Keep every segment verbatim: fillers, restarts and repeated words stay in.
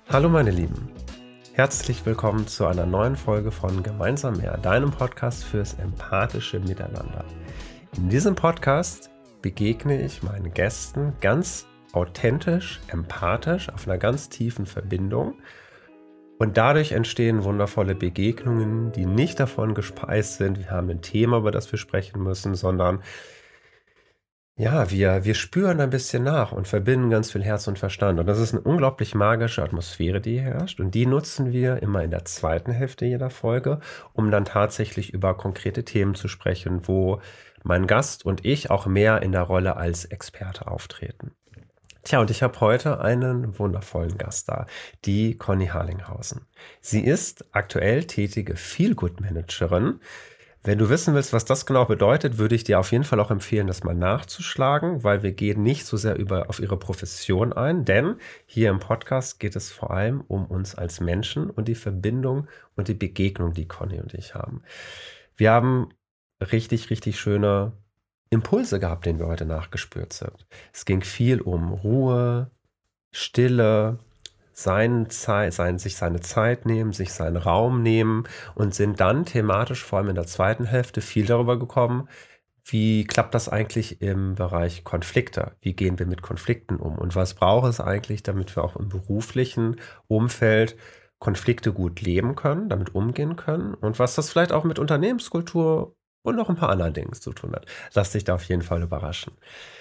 Hallo meine Lieben, herzlich willkommen zu einer neuen Folge von Gemeinsam mehr, deinem Podcast fürs empathische Miteinander. In diesem Podcast begegne ich meinen Gästen ganz authentisch, empathisch, auf einer ganz tiefen Verbindung und dadurch entstehen wundervolle Begegnungen, die nicht davon gespeist sind, wir haben ein Thema, über das wir sprechen müssen, sondern ja, wir, wir spüren ein bisschen nach und verbinden ganz viel Herz und Verstand. Und das ist eine unglaublich magische Atmosphäre, die hier herrscht. Und die nutzen wir immer in der zweiten Hälfte jeder Folge, um dann tatsächlich über konkrete Themen zu sprechen, wo mein Gast und ich auch mehr in der Rolle als Experte auftreten. Tja, und ich habe heute einen wundervollen Gast da, die Conny Harlinghausen. Sie ist aktuell tätige Feel-Good-Managerin. Wenn du wissen willst, was das genau bedeutet, würde ich dir auf jeden Fall auch empfehlen, das mal nachzuschlagen, weil wir gehen nicht so sehr über, auf ihre Profession ein, denn hier im Podcast geht es vor allem um uns als Menschen und die Verbindung und die Begegnung, die Conny und ich haben. Wir haben richtig, richtig schöne Impulse gehabt, denen wir heute nachgespürt sind. Es ging viel um Ruhe, Stille, Sein Zeit, sein, sich seine Zeit nehmen, sich seinen Raum nehmen und sind dann thematisch, vor allem in der zweiten Hälfte, viel darüber gekommen, wie klappt das eigentlich im Bereich Konflikte? Wie gehen wir mit Konflikten um? Und was braucht es eigentlich, damit wir auch im beruflichen Umfeld Konflikte gut leben können, damit umgehen können? Und was das vielleicht auch mit Unternehmenskultur und noch ein paar anderen Dingen zu tun hat. Lass dich da auf jeden Fall überraschen.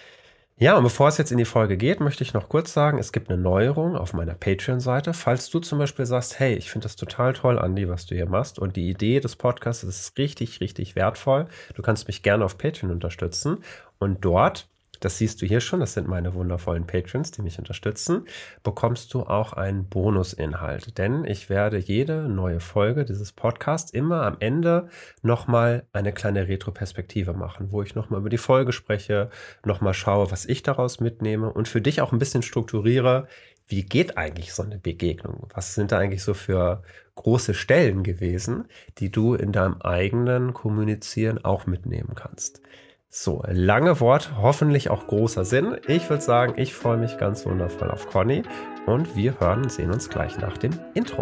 Ja, und bevor es jetzt in die Folge geht, möchte ich noch kurz sagen, es gibt eine Neuerung auf meiner Patreon-Seite. Falls du zum Beispiel sagst, hey, ich finde das total toll, Andi, was du hier machst und die Idee des Podcasts ist richtig, richtig wertvoll. Du kannst mich gerne auf Patreon unterstützen und dort, das siehst du hier schon, das sind meine wundervollen Patrons, die mich unterstützen, bekommst du auch einen Bonusinhalt. Denn ich werde jede neue Folge dieses Podcasts immer am Ende nochmal eine kleine Retroperspektive machen, wo ich nochmal über die Folge spreche, nochmal schaue, was ich daraus mitnehme und für dich auch ein bisschen strukturiere, wie geht eigentlich so eine Begegnung? Was sind da eigentlich so für große Stellen gewesen, die du in deinem eigenen Kommunizieren auch mitnehmen kannst? So, lange Wort, hoffentlich auch großer Sinn. Ich würde sagen, ich freue mich ganz wundervoll auf Conny und wir hören und sehen uns gleich nach dem Intro.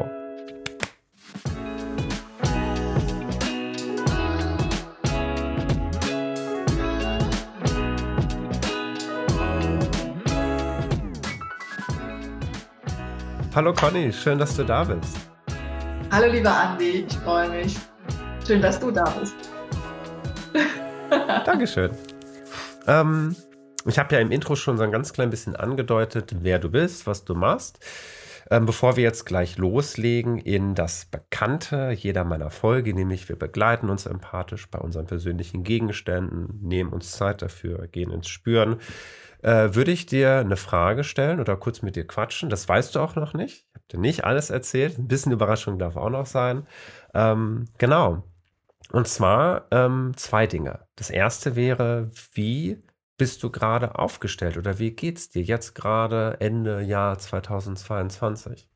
Hallo Conny, schön, dass du da bist. Hallo lieber Andi, ich freue mich. Schön, dass du da bist. Dankeschön. Ähm, ich habe ja im Intro schon so ein ganz klein bisschen angedeutet, wer du bist, was du machst. Ähm, bevor wir jetzt gleich loslegen in das Bekannte jeder meiner Folge, nämlich wir begleiten uns empathisch bei unseren persönlichen Gegenständen, nehmen uns Zeit dafür, gehen ins Spüren, äh, würde ich dir eine Frage stellen oder kurz mit dir quatschen. Das weißt du auch noch nicht. Ich habe dir nicht alles erzählt. Ein bisschen Überraschung darf auch noch sein. Ähm, genau. Und zwar ähm, zwei Dinge. Das erste wäre, wie bist du gerade aufgestellt oder wie geht's dir jetzt gerade Ende Jahr zweitausendzweiundzwanzig?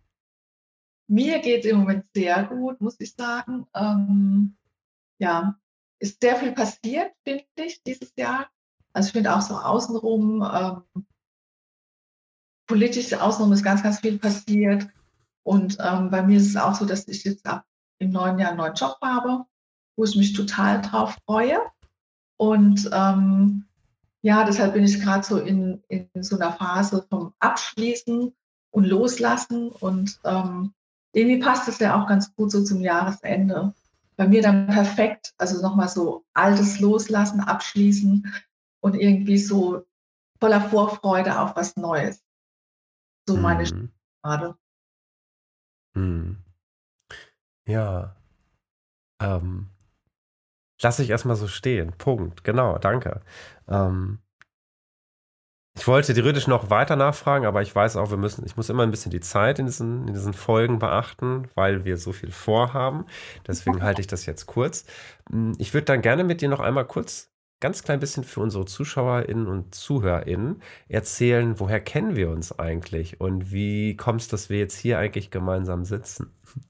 Mir geht es im Moment sehr gut, muss ich sagen. Ähm, ja, ist sehr viel passiert, finde ich, dieses Jahr. Also ich finde auch so außenrum, ähm, politisch außenrum ist ganz, ganz viel passiert. Und ähm, bei mir ist es auch so, dass ich jetzt ab im neuen Jahr einen neuen Job habe, wo ich mich total drauf freue. Und ähm, ja, deshalb bin ich gerade so in, in so einer Phase vom Abschließen und Loslassen. Und ähm, irgendwie passt es ja auch ganz gut so zum Jahresende. Bei mir dann perfekt, also nochmal so altes Loslassen, Abschließen und irgendwie so voller Vorfreude auf was Neues. So meine ich Hm, gerade. hm. Ja, ähm, lass ich erstmal so stehen. Punkt. Genau, danke. Ähm, ich wollte theoretisch noch weiter nachfragen, aber ich weiß auch, wir müssen, ich muss immer ein bisschen die Zeit in diesen, in diesen Folgen beachten, weil wir so viel vorhaben. Deswegen halte ich das jetzt kurz. Hm, Ich würde dann gerne mit dir noch einmal kurz, ganz klein bisschen für unsere ZuschauerInnen und ZuhörerInnen erzählen, woher kennen wir uns eigentlich und wie kommt es, dass wir jetzt hier eigentlich gemeinsam sitzen?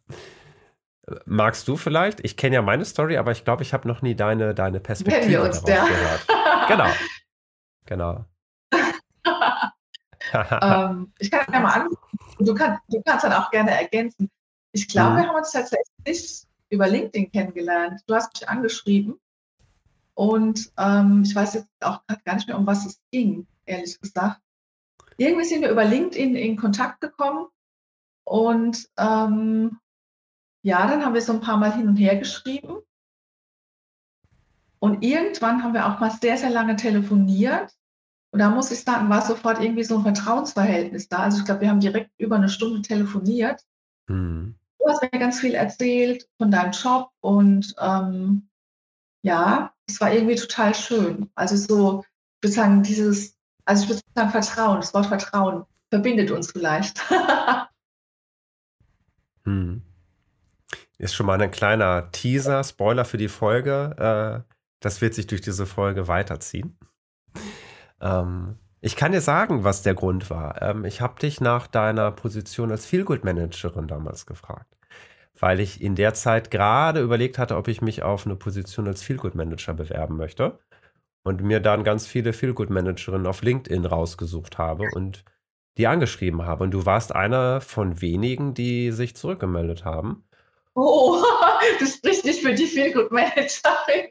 Magst du vielleicht? Ich kenne ja meine Story, aber ich glaube, ich habe noch nie deine, deine Kennen wir Perspektive uns, darauf ja. gehört. Genau, genau. Ähm, ich kann ja mal an, du, kann, du kannst dann auch gerne ergänzen. Ich glaube, wir Mhm. haben uns tatsächlich über LinkedIn kennengelernt. Du hast mich angeschrieben und ähm, ich weiß jetzt auch grad gar nicht mehr, um was es ging, ehrlich gesagt. Irgendwie sind wir über LinkedIn in Kontakt gekommen und ähm, ja, dann haben wir so ein paar Mal hin und her geschrieben und irgendwann haben wir auch mal sehr, sehr lange telefoniert. Und da muss ich sagen, war sofort irgendwie so ein Vertrauensverhältnis da. Also ich glaube, wir haben direkt über eine Stunde telefoniert. Mhm. Du hast mir ganz viel erzählt von deinem Job und ähm, ja, es war irgendwie total schön. Also so, ich würde sagen, dieses, also ich würde sagen, Vertrauen, das Wort Vertrauen verbindet uns vielleicht. Mhm. Ist schon mal ein kleiner Teaser, Spoiler für die Folge. Äh, das wird sich durch diese Folge weiterziehen. Ähm, ich kann dir sagen, was der Grund war. Ähm, ich habe dich nach deiner Position als Feelgood-Managerin damals gefragt, weil ich in der Zeit gerade überlegt hatte, ob ich mich auf eine Position als Feelgood-Manager bewerben möchte und mir dann ganz viele Feelgood-Managerinnen auf LinkedIn rausgesucht habe und die angeschrieben habe. Und du warst einer von wenigen, die sich zurückgemeldet haben. Oh, du sprichst nicht für die Feelgood-Managerin.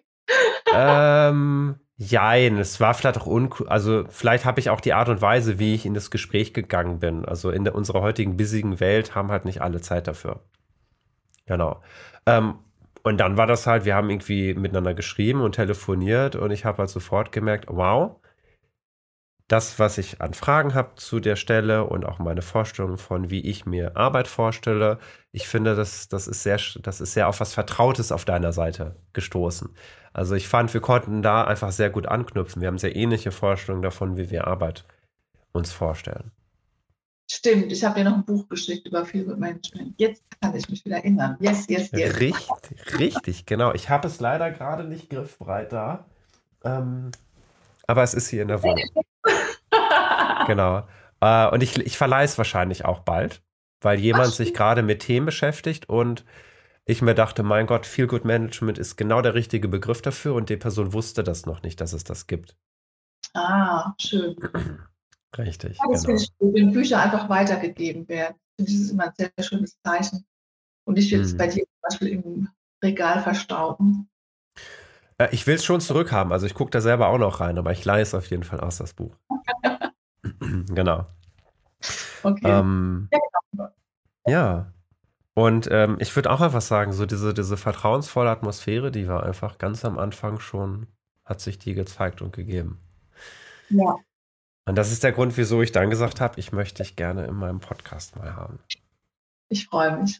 Ähm, jein, es war vielleicht auch uncool. Also, vielleicht habe ich auch die Art und Weise, wie ich in das Gespräch gegangen bin. Also, in der, unserer heutigen busygen Welt haben halt nicht alle Zeit dafür. Genau. Ähm, und dann war das halt, wir haben irgendwie miteinander geschrieben und telefoniert und ich habe halt sofort gemerkt, wow, das, was ich an Fragen habe zu der Stelle und auch meine Vorstellung von, wie ich mir Arbeit vorstelle, ich finde, das, das, ist sehr, das ist sehr auf was Vertrautes auf deiner Seite gestoßen. Also ich fand, wir konnten da einfach sehr gut anknüpfen. Wir haben sehr ähnliche Vorstellungen davon, wie wir Arbeit uns vorstellen. Stimmt, ich habe dir noch ein Buch geschickt über Feelgood Management. Jetzt kann ich mich wieder erinnern. Yes, yes, yes. Richtig, richtig, genau. Ich habe es leider gerade nicht griffbereit da, ähm, aber es ist hier in der Wohnung. Genau. Äh, und ich, ich verleihe es wahrscheinlich auch bald, weil Ach, jemand sich stimmt. gerade mit Themen beschäftigt und ich mir dachte, mein Gott, Feel Good Management ist genau der richtige Begriff dafür und die Person wusste das noch nicht, dass es das gibt. Ah, schön. Ja, Richtig, das finde genau. ich gut, wenn Bücher einfach weitergegeben werden. Finde ich, das ist immer ein sehr schönes Zeichen. Und nicht jetzt bei Mhm. dir zum Beispiel im Regal verstauben. Äh, ich will es schon zurückhaben, also ich gucke da selber auch noch rein, aber ich leihe es auf jeden Fall aus, das Buch. Genau. Okay. Ähm, Ja, genau. ja. Und ähm, ich würde auch einfach sagen, so diese, diese vertrauensvolle Atmosphäre, die war einfach ganz am Anfang schon, hat sich die gezeigt und gegeben. Ja, Und das ist der Grund, wieso ich dann gesagt habe, ich möchte dich gerne in meinem Podcast mal haben. ich freue mich.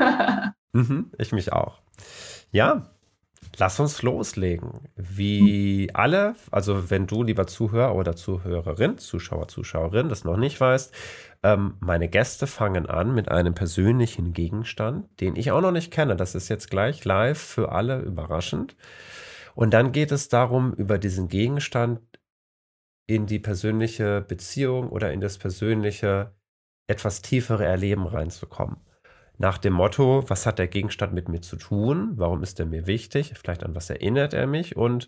Mhm, ich mich auch. Ja, lass uns loslegen. Wie alle, also wenn du, lieber Zuhörer oder Zuhörerin, Zuschauer, Zuschauerin, das noch nicht weißt, ähm, meine Gäste fangen an mit einem persönlichen Gegenstand, den ich auch noch nicht kenne. Das ist jetzt gleich live für alle überraschend. Und dann geht es darum, über diesen Gegenstand in die persönliche Beziehung oder in das persönliche, etwas tiefere Erleben reinzukommen. Nach dem Motto, was hat der Gegenstand mit mir zu tun? Warum ist er mir wichtig? Vielleicht an was erinnert er mich? Und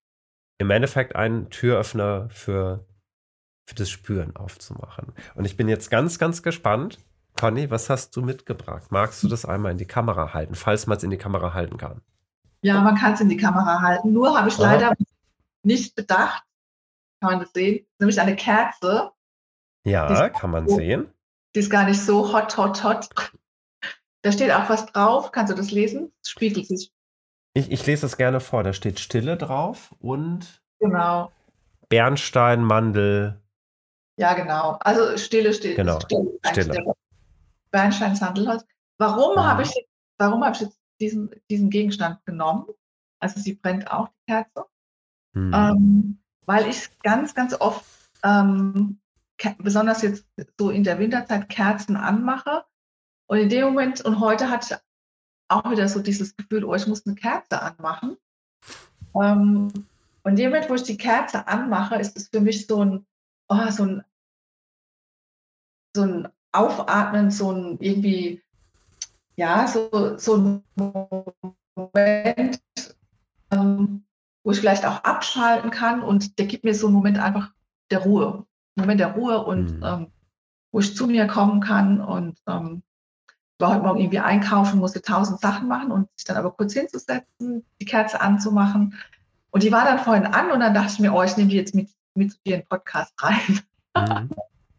im Endeffekt einen Türöffner für, für das Spüren aufzumachen. Und ich bin jetzt ganz, ganz gespannt. Conny, was hast du mitgebracht? Magst du das einmal in die Kamera halten, falls man es in die Kamera halten kann? Ja, man kann es in die Kamera halten. Nur habe ich Aha. leider nicht bedacht, kann man das sehen, nämlich eine Kerze, die ist, Ja, kann man so, sehen. die ist gar nicht so hot, hot, hot. Da steht auch was drauf. Kannst du das lesen? Es spiegelt sich. Ich, ich lese es gerne vor. Da steht Stille drauf und Genau. Bernstein, Mandel. Ja, genau. Also Stille steht, ist Genau, Stille eigentlich Stille. der Bernstein Sandelholz. Warum habe Mhm. ich, warum habe ich jetzt diesen, diesen Gegenstand genommen? Also sie brennt auch, die Kerze. Mhm. Ähm, weil ich ganz, ganz oft, ähm, besonders jetzt so in der Winterzeit, Kerzen anmache. Und in dem Moment, und heute hatte ich auch wieder so dieses Gefühl, oh, ich muss eine Kerze anmachen. Ähm, und in dem Moment, wo ich die Kerze anmache, ist es für mich so ein, oh, so ein, so ein Aufatmen, so ein irgendwie, ja, so, so ein Moment, ähm, wo ich vielleicht auch abschalten kann und der gibt mir so einen Moment einfach der Ruhe. Moment der Ruhe und Mhm. ähm, wo ich zu mir kommen kann. Und ähm, ich war heute Morgen irgendwie einkaufen, musste tausend Sachen machen und sich dann aber kurz hinzusetzen, die Kerze anzumachen. Und die war dann vorhin an und dann dachte ich mir, oh, ich nehme die jetzt mit, mit dir in den Podcast rein. Mhm.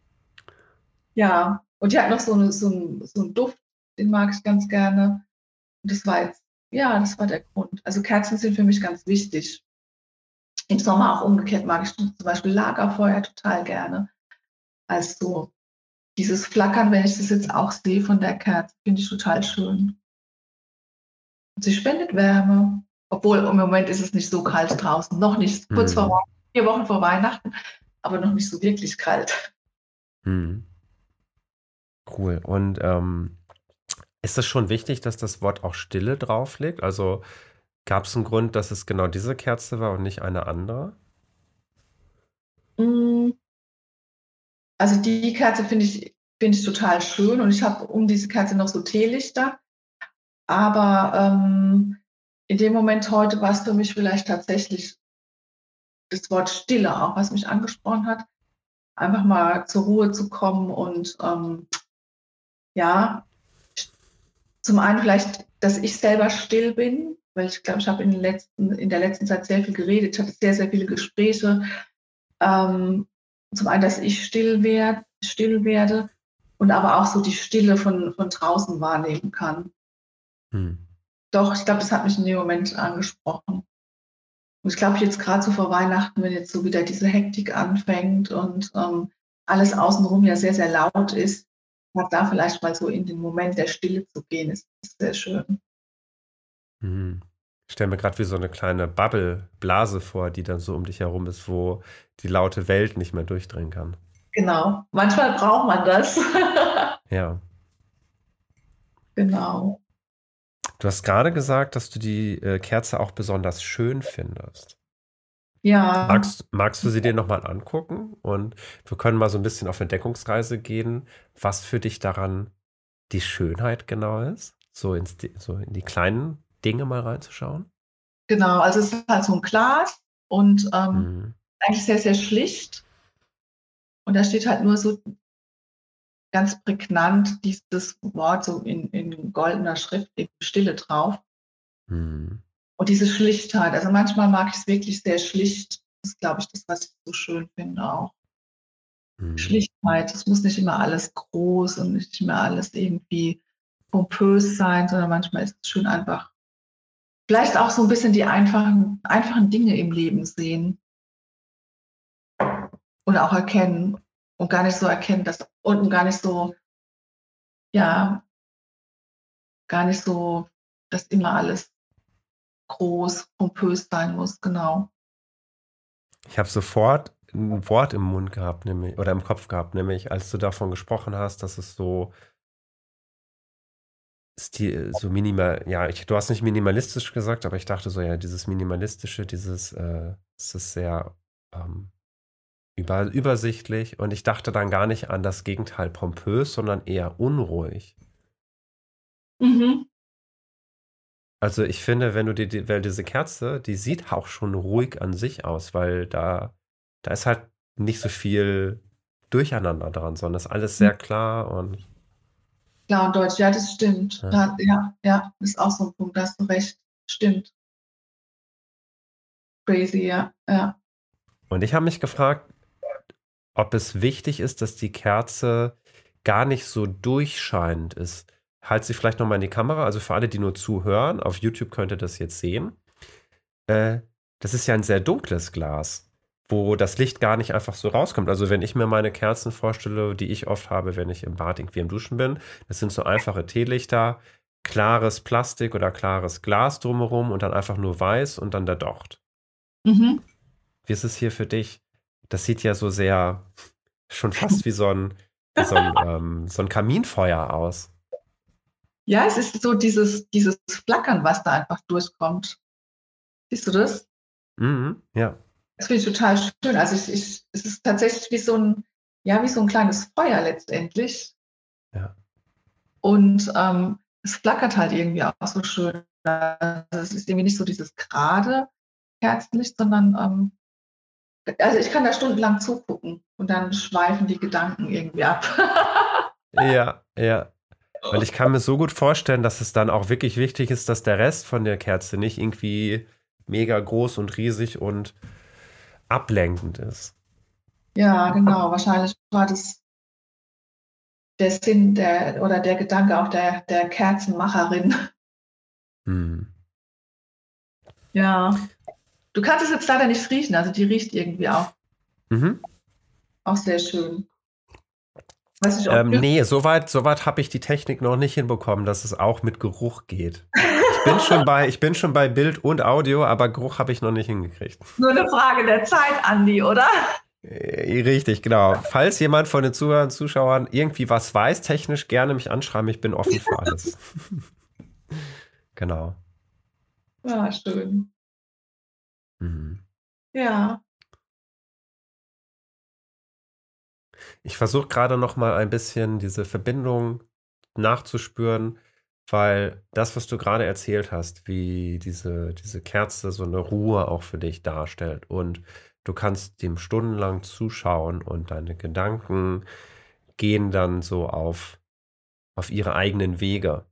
Ja, und die hat noch so, eine, so, einen, so einen Duft, den mag ich ganz gerne. Und das war jetzt, ja, das war der Grund. Also Kerzen sind für mich ganz wichtig. Im Sommer auch umgekehrt mag ich zum Beispiel Lagerfeuer total gerne. Also dieses Flackern, wenn ich das jetzt auch sehe von der Kerze, finde ich total schön. Und sie spendet Wärme. Obwohl im Moment ist es nicht so kalt draußen. Noch nicht, kurz vor Mhm. vier Wochen vor Weihnachten, aber noch nicht so wirklich kalt. Mhm. Cool. Und ähm, ist es schon wichtig, dass das Wort auch Stille drauf liegt? Also gab es einen Grund, dass es genau diese Kerze war und nicht eine andere? Mm, Also die Kerze finde ich, finde ich total schön und ich habe um diese Kerze noch so Teelichter. Aber ähm, in dem Moment heute war es für mich vielleicht tatsächlich das Wort Stille auch, was mich angesprochen hat. Einfach mal zur Ruhe zu kommen und ähm, ja, zum einen vielleicht, dass ich selber still bin, weil ich glaube, ich habe in, den letzten, in der letzten Zeit sehr viel geredet, ich hatte sehr, sehr viele Gespräche. Ähm, zum einen, dass ich still, werd, still werde und aber auch so die Stille von, von draußen wahrnehmen kann. Hm. Doch, ich glaube, das hat mich in dem Moment angesprochen. Und ich glaube, jetzt gerade so vor Weihnachten, wenn jetzt so wieder diese Hektik anfängt und ähm, alles außenrum ja sehr, sehr laut ist, da vielleicht mal so in den Moment der Stille zu gehen, ist, ist sehr schön. Mhm. Ich stelle mir gerade wie so eine kleine Bubble, Blase vor, die dann so um dich herum ist, wo die laute Welt nicht mehr durchdringen kann. Genau. Manchmal braucht man das. Ja. Genau. Du hast gerade gesagt, dass du die äh, Kerze auch besonders schön findest. Ja. Magst, magst du sie dir nochmal angucken? Und wir können mal so ein bisschen auf Entdeckungsreise gehen, was für dich daran die Schönheit genau ist? So, ins, so in die kleinen Dinge mal reinzuschauen? Genau, also es ist halt so ein Glas und ähm, Mhm. eigentlich sehr, sehr schlicht. Und da steht halt nur so ganz prägnant dieses Wort so in, in goldener Schrift, eben Stille drauf. Mhm. Und diese Schlichtheit, also manchmal mag ich es wirklich sehr schlicht. Das ist, glaube ich, das, was ich so schön finde auch. Mhm. Schlichtheit, es muss nicht immer alles groß und nicht immer alles irgendwie pompös sein, sondern manchmal ist es schön einfach, vielleicht auch so ein bisschen die einfachen, einfachen Dinge im Leben sehen oder auch erkennen und gar nicht so erkennen, dass unten gar nicht so, ja, gar nicht so, dass immer alles groß, pompös sein muss, genau. Ich habe sofort ein Wort im Mund gehabt, nämlich, oder im Kopf gehabt, nämlich, als du davon gesprochen hast, dass es so Stil, so minimal, ja, ich, du hast nicht minimalistisch gesagt, aber ich dachte so, ja, dieses Minimalistische, dieses, äh, es ist sehr ähm, über, übersichtlich und ich dachte dann gar nicht an das Gegenteil pompös, sondern eher unruhig. Mhm. Also ich finde, wenn du dir, die, weil diese Kerze, die sieht auch schon ruhig an sich aus, weil da, da ist halt nicht so viel Durcheinander dran, sondern ist alles sehr klar und Klar und deutsch, ja, das stimmt. ja. Da, ja, ja, ist auch so ein Punkt, da hast du recht. Stimmt. Crazy, ja, ja. Und ich habe mich gefragt, ob es wichtig ist, dass die Kerze gar nicht so durchscheinend ist. Halt sie vielleicht nochmal in die Kamera, also für alle, die nur zuhören, auf YouTube könnt ihr das jetzt sehen. Äh, das ist ja ein sehr dunkles Glas, wo das Licht gar nicht einfach so rauskommt. Also wenn ich mir meine Kerzen vorstelle, die ich oft habe, wenn ich im Bad irgendwie im Duschen bin, das sind so einfache Teelichter, klares Plastik oder klares Glas drumherum und dann einfach nur weiß und dann der Docht. Mhm. Wie ist es hier für dich? Das sieht ja so sehr, schon fast wie so ein, wie so ein, ähm, so ein Kaminfeuer aus. Ja, es ist so dieses, dieses Flackern, was da einfach durchkommt. Siehst du das? Mhm, ja. Das finde ich total schön. Also ich, ich, es ist tatsächlich wie so ein, ja, wie so ein kleines Feuer letztendlich. Ja. Und ähm, es flackert halt irgendwie auch so schön. Also es ist irgendwie nicht so dieses gerade Kerzenlicht, sondern ähm, Also ich kann da stundenlang zugucken und dann schweifen die Gedanken irgendwie ab. Ja, ja. Und ich kann mir so gut vorstellen, dass es dann auch wirklich wichtig ist, dass der Rest von der Kerze nicht irgendwie mega groß und riesig und ablenkend ist. Ja, genau. Wahrscheinlich war das der Sinn der oder der Gedanke auch der, der Kerzenmacherin. Hm. Ja. Du kannst es jetzt leider nicht riechen, also die riecht irgendwie auch, Mhm. auch sehr schön. Weiß nicht, ob Ähm, du. nee, soweit soweit habe ich die Technik noch nicht hinbekommen, dass es auch mit Geruch geht. Ich bin schon bei, ich bin schon bei Bild und Audio, aber Geruch habe ich noch nicht hingekriegt. Nur eine Frage der Zeit, Andi, oder? Äh, Richtig, genau. Falls jemand von den Zuhörern, Zuschauern irgendwie was weiß, technisch gerne mich anschreiben. Ich bin offen für alles. Genau. Ja, schön. Mhm. Ja. Ich versuche gerade noch mal ein bisschen diese Verbindung nachzuspüren, weil das, was du gerade erzählt hast, wie diese, diese Kerze so eine Ruhe auch für dich darstellt und du kannst dem stundenlang zuschauen und deine Gedanken gehen dann so auf, auf ihre eigenen Wege.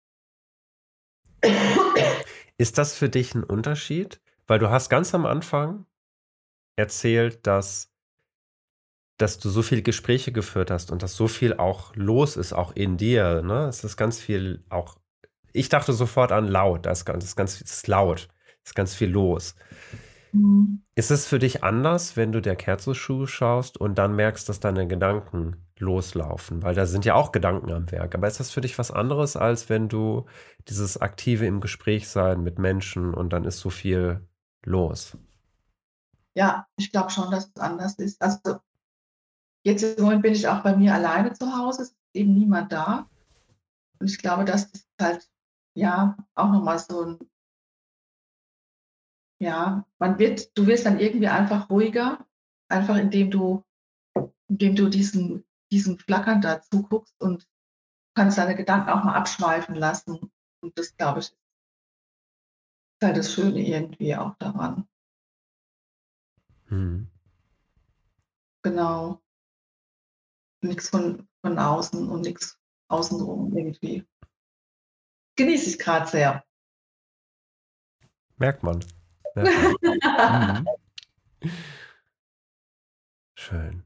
Ist das für dich ein Unterschied? Weil du hast ganz am Anfang erzählt, dass, dass du so viele Gespräche geführt hast und dass so viel auch los ist, auch in dir. Ne? Es ist ganz viel auch. Ich dachte sofort an laut. Da ist ganz, ist ganz, es ist laut. Es ist ganz viel los. Mhm. Ist es für dich anders, wenn du der Kerze schaust und dann merkst, dass deine Gedanken loslaufen? Weil da sind ja auch Gedanken am Werk. Aber ist das für dich was anderes, als wenn du dieses aktive im Gespräch sein mit Menschen und dann ist so viel los? Ja, ich glaube schon, dass es anders ist. Also jetzt im Moment bin ich auch bei mir alleine zu Hause, es ist eben niemand da. Und ich glaube, dass das halt, ja, auch nochmal so ein, ja, man wird, du wirst dann irgendwie einfach ruhiger, einfach indem du, indem du diesen, diesen Flackern da zuguckst und kannst deine Gedanken auch mal abschweifen lassen. Und das, glaube ich, ist halt das Schöne irgendwie auch daran. Hm. Genau. Nichts von, von außen und nichts außenrum irgendwie. Genieße ich gerade sehr. Merkt man. Merkt man. Mhm. Schön.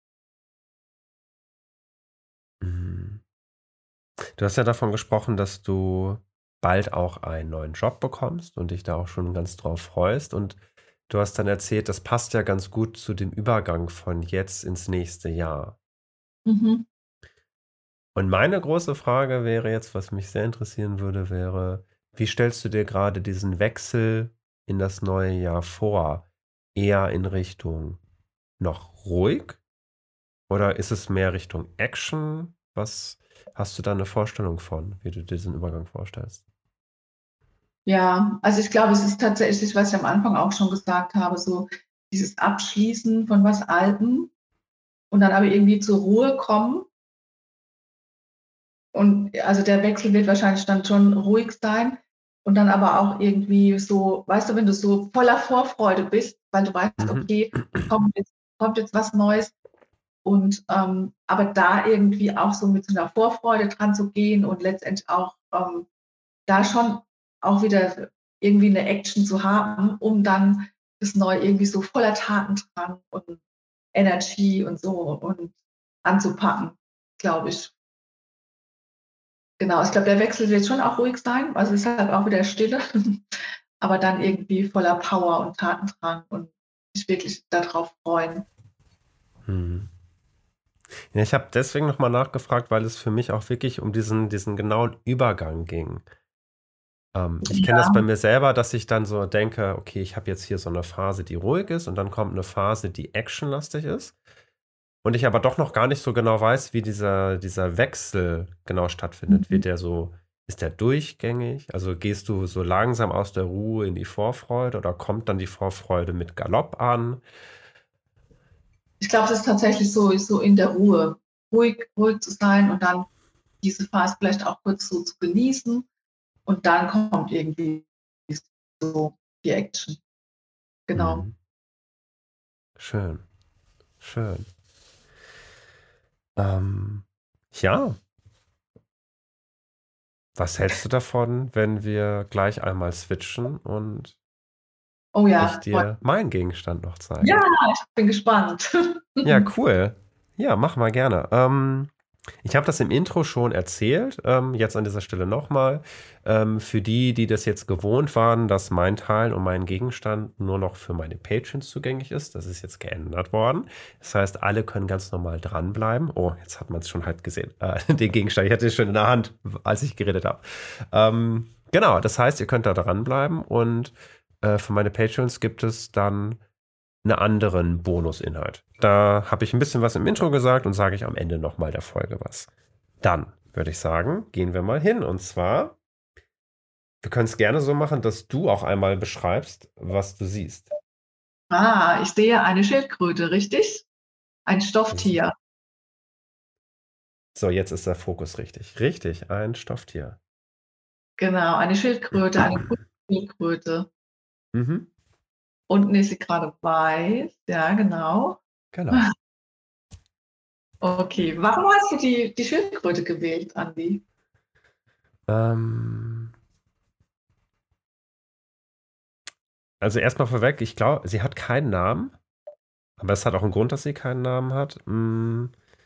Mhm. Du hast ja davon gesprochen, dass du bald auch einen neuen Job bekommst und dich da auch schon ganz drauf freust. Und du hast dann erzählt, das passt ja ganz gut zu dem Übergang von jetzt ins nächste Jahr. Mhm. Und meine große Frage wäre jetzt, was mich sehr interessieren würde, wäre, wie stellst du dir gerade diesen Wechsel in das neue Jahr vor? Eher in Richtung noch ruhig oder ist es mehr Richtung Action? Was hast du da eine Vorstellung von, wie du diesen Übergang vorstellst? Ja, also ich glaube, es ist tatsächlich, was ich am Anfang auch schon gesagt habe, so dieses Abschließen von was Altem und dann aber irgendwie zur Ruhe kommen. Und also der Wechsel wird wahrscheinlich dann schon ruhig sein und dann aber auch irgendwie so, weißt du, wenn du so voller Vorfreude bist, weil du weißt, Mhm. okay, kommt jetzt, kommt jetzt was Neues. Und ähm, aber da irgendwie auch so mit so einer Vorfreude dran zu gehen und letztendlich auch ähm, da schon auch wieder irgendwie eine Action zu haben, um dann das Neue irgendwie so voller Tatendrang und Energie und so und anzupacken, glaube ich. Genau, ich glaube, der Wechsel wird schon auch ruhig sein, also es ist halt auch wieder Stille, aber dann irgendwie voller Power und Tatendrang und sich wirklich darauf freuen. Mhm. Ja, ich habe deswegen nochmal nachgefragt, weil es für mich auch wirklich um diesen, diesen genauen Übergang ging. Ähm, ich kenne das bei Ja, mir selber, dass ich dann so denke, okay, ich habe jetzt hier so eine Phase, die ruhig ist und dann kommt eine Phase, die actionlastig ist. Und ich aber doch noch gar nicht so genau weiß, wie dieser, dieser Wechsel genau stattfindet. mhm. Wird der so, ist der durchgängig? Also gehst du so langsam aus der Ruhe in die Vorfreude oder kommt dann die Vorfreude mit Galopp an? Ich glaube, das ist tatsächlich so, so in der Ruhe, ruhig, ruhig zu sein und dann diese Phase vielleicht auch kurz so zu genießen und dann kommt irgendwie so die Action. Genau. Hm, schön, schön. Ähm, ja, was hältst du davon, wenn wir gleich einmal switchen und Oh ich ja, toll. dir meinen Gegenstand noch Ja, zeige? ich bin gespannt. Ja, cool. Ja, mach mal gerne. Ähm, ich habe das im Intro schon erzählt, ähm, jetzt an dieser Stelle nochmal. Ähm, für die, die das jetzt gewohnt waren, dass mein Teil und mein Gegenstand nur noch für meine Patrons zugänglich ist, das ist jetzt geändert worden. Das heißt, alle können ganz normal dranbleiben. Oh, jetzt hat man es schon halb gesehen. Äh, den Gegenstand, ich hatte es schon in der Hand, als ich geredet habe. Ähm, genau, das heißt, ihr könnt da dranbleiben und äh, für meine Patrons gibt es dann einen anderen Bonusinhalt. Da habe ich ein bisschen was im Intro gesagt und sage ich am Ende nochmal der Folge was. Dann würde ich sagen, gehen wir mal hin. Und zwar, wir können es gerne so machen, dass du auch einmal beschreibst, was du siehst. Ah, ich sehe eine Schildkröte, richtig? Ein Stofftier. So, jetzt ist der Fokus richtig. Richtig, ein Stofftier. Genau, eine Schildkröte, eine gute Schildkröte. Mhm, Unten ist sie gerade weiß. Ja, genau. genau. Okay, warum hast du die, die Schildkröte gewählt, Andi? Ähm, also erstmal vorweg, ich glaube, sie hat keinen Namen. Aber es hat auch einen Grund, dass sie keinen Namen hat. Mm,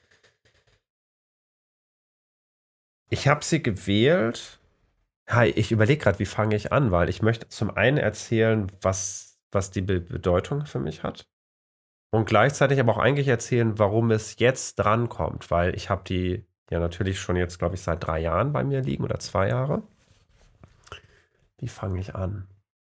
Ich habe sie gewählt. Hi, ich überlege gerade, wie fange ich an, weil ich möchte zum einen erzählen, was, was die Be Bedeutung für mich hat. Und gleichzeitig aber auch eigentlich erzählen, warum es jetzt drankommt, weil ich habe die ja natürlich schon jetzt, glaube ich, seit drei Jahren bei mir liegen oder zwei Jahre. Wie fange ich an?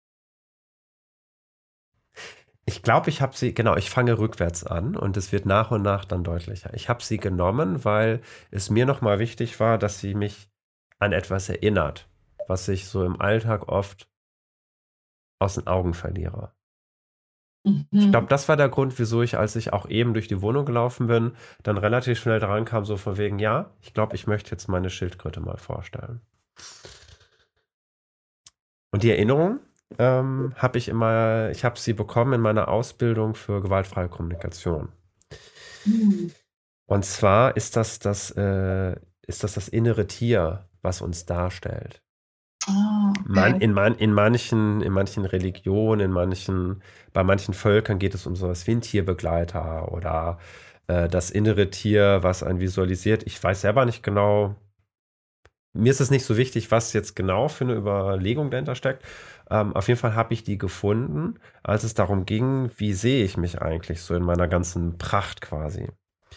Ich glaube, ich habe sie, genau, ich fange rückwärts an und es wird nach und nach dann deutlicher. Ich habe sie genommen, weil es mir nochmal wichtig war, dass sie mich an etwas erinnert, was ich so im Alltag oft aus den Augen verliere. Ich glaube, Mhm. das war der Grund, wieso ich, als ich auch eben durch die Wohnung gelaufen bin, dann relativ schnell dran kam, so von wegen, ja, ich glaube, ich möchte jetzt meine Schildkröte mal vorstellen. Und die Erinnerung ähm, habe ich immer, ich habe sie bekommen in meiner Ausbildung für gewaltfreie Kommunikation. Hm. Und zwar ist das das, äh, ist das das innere Tier, was uns darstellt. Ah, Man, okay. in, man, in, manchen, in manchen Religionen, in manchen, bei manchen Völkern geht es um sowas wie ein Tierbegleiter oder äh, das innere Tier, was einen visualisiert. Ich weiß selber nicht genau, mir ist es nicht so wichtig, was jetzt genau für eine Überlegung dahinter steckt. Ähm, auf jeden Fall habe ich die gefunden, als es darum ging, wie sehe ich mich eigentlich so in meiner ganzen Pracht quasi.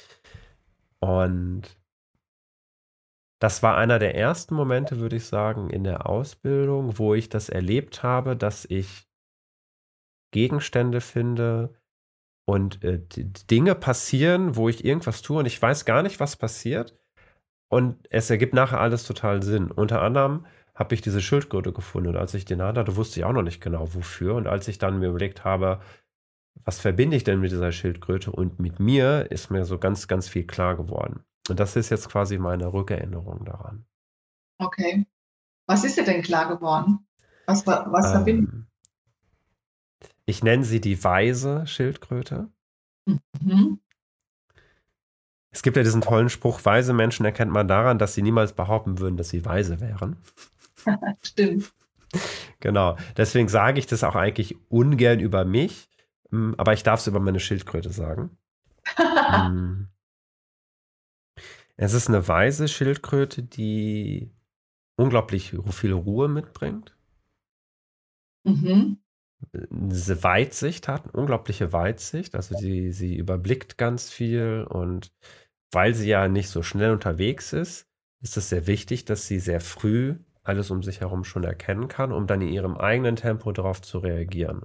Und das war einer der ersten Momente, würde ich sagen, in der Ausbildung, wo ich das erlebt habe, dass ich Gegenstände finde und äh, d- Dinge passieren, wo ich irgendwas tue und ich weiß gar nicht, was passiert. Und es ergibt nachher alles total Sinn. Unter anderem habe ich diese Schildkröte gefunden und als ich den hatte, wusste ich auch noch nicht genau wofür. Und als ich dann mir überlegt habe, was verbinde ich denn mit dieser Schildkröte und mit mir, ist mir so ganz, ganz viel klar geworden. Und das ist jetzt quasi meine Rückerinnerung daran. Okay. Was ist dir denn klar geworden? Was, ver- was verbindet? Ähm, ich nenne sie die weise Schildkröte. Mhm. Es gibt ja diesen tollen Spruch, weise Menschen erkennt man daran, dass sie niemals behaupten würden, dass sie weise wären. Stimmt. Genau. Deswegen sage ich das auch eigentlich ungern über mich, mm, aber ich darf es über meine Schildkröte sagen. Mm. Es ist eine weise Schildkröte, die unglaublich viel Ruhe mitbringt. Mhm. Diese Weitsicht hat, eine unglaubliche Weitsicht. Also sie, sie überblickt ganz viel und weil sie ja nicht so schnell unterwegs ist, ist es sehr wichtig, dass sie sehr früh alles um sich herum schon erkennen kann, um dann in ihrem eigenen Tempo darauf zu reagieren.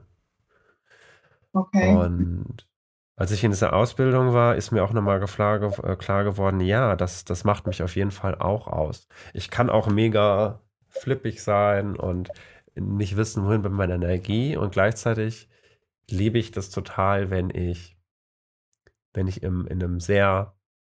Okay. Und als ich in dieser Ausbildung war, ist mir auch nochmal klar, äh, klar geworden, ja, das, das macht mich auf jeden Fall auch aus. Ich kann auch mega flippig sein und nicht wissen, wohin mit meiner Energie und gleichzeitig liebe ich das total, wenn ich, wenn ich im, in einem sehr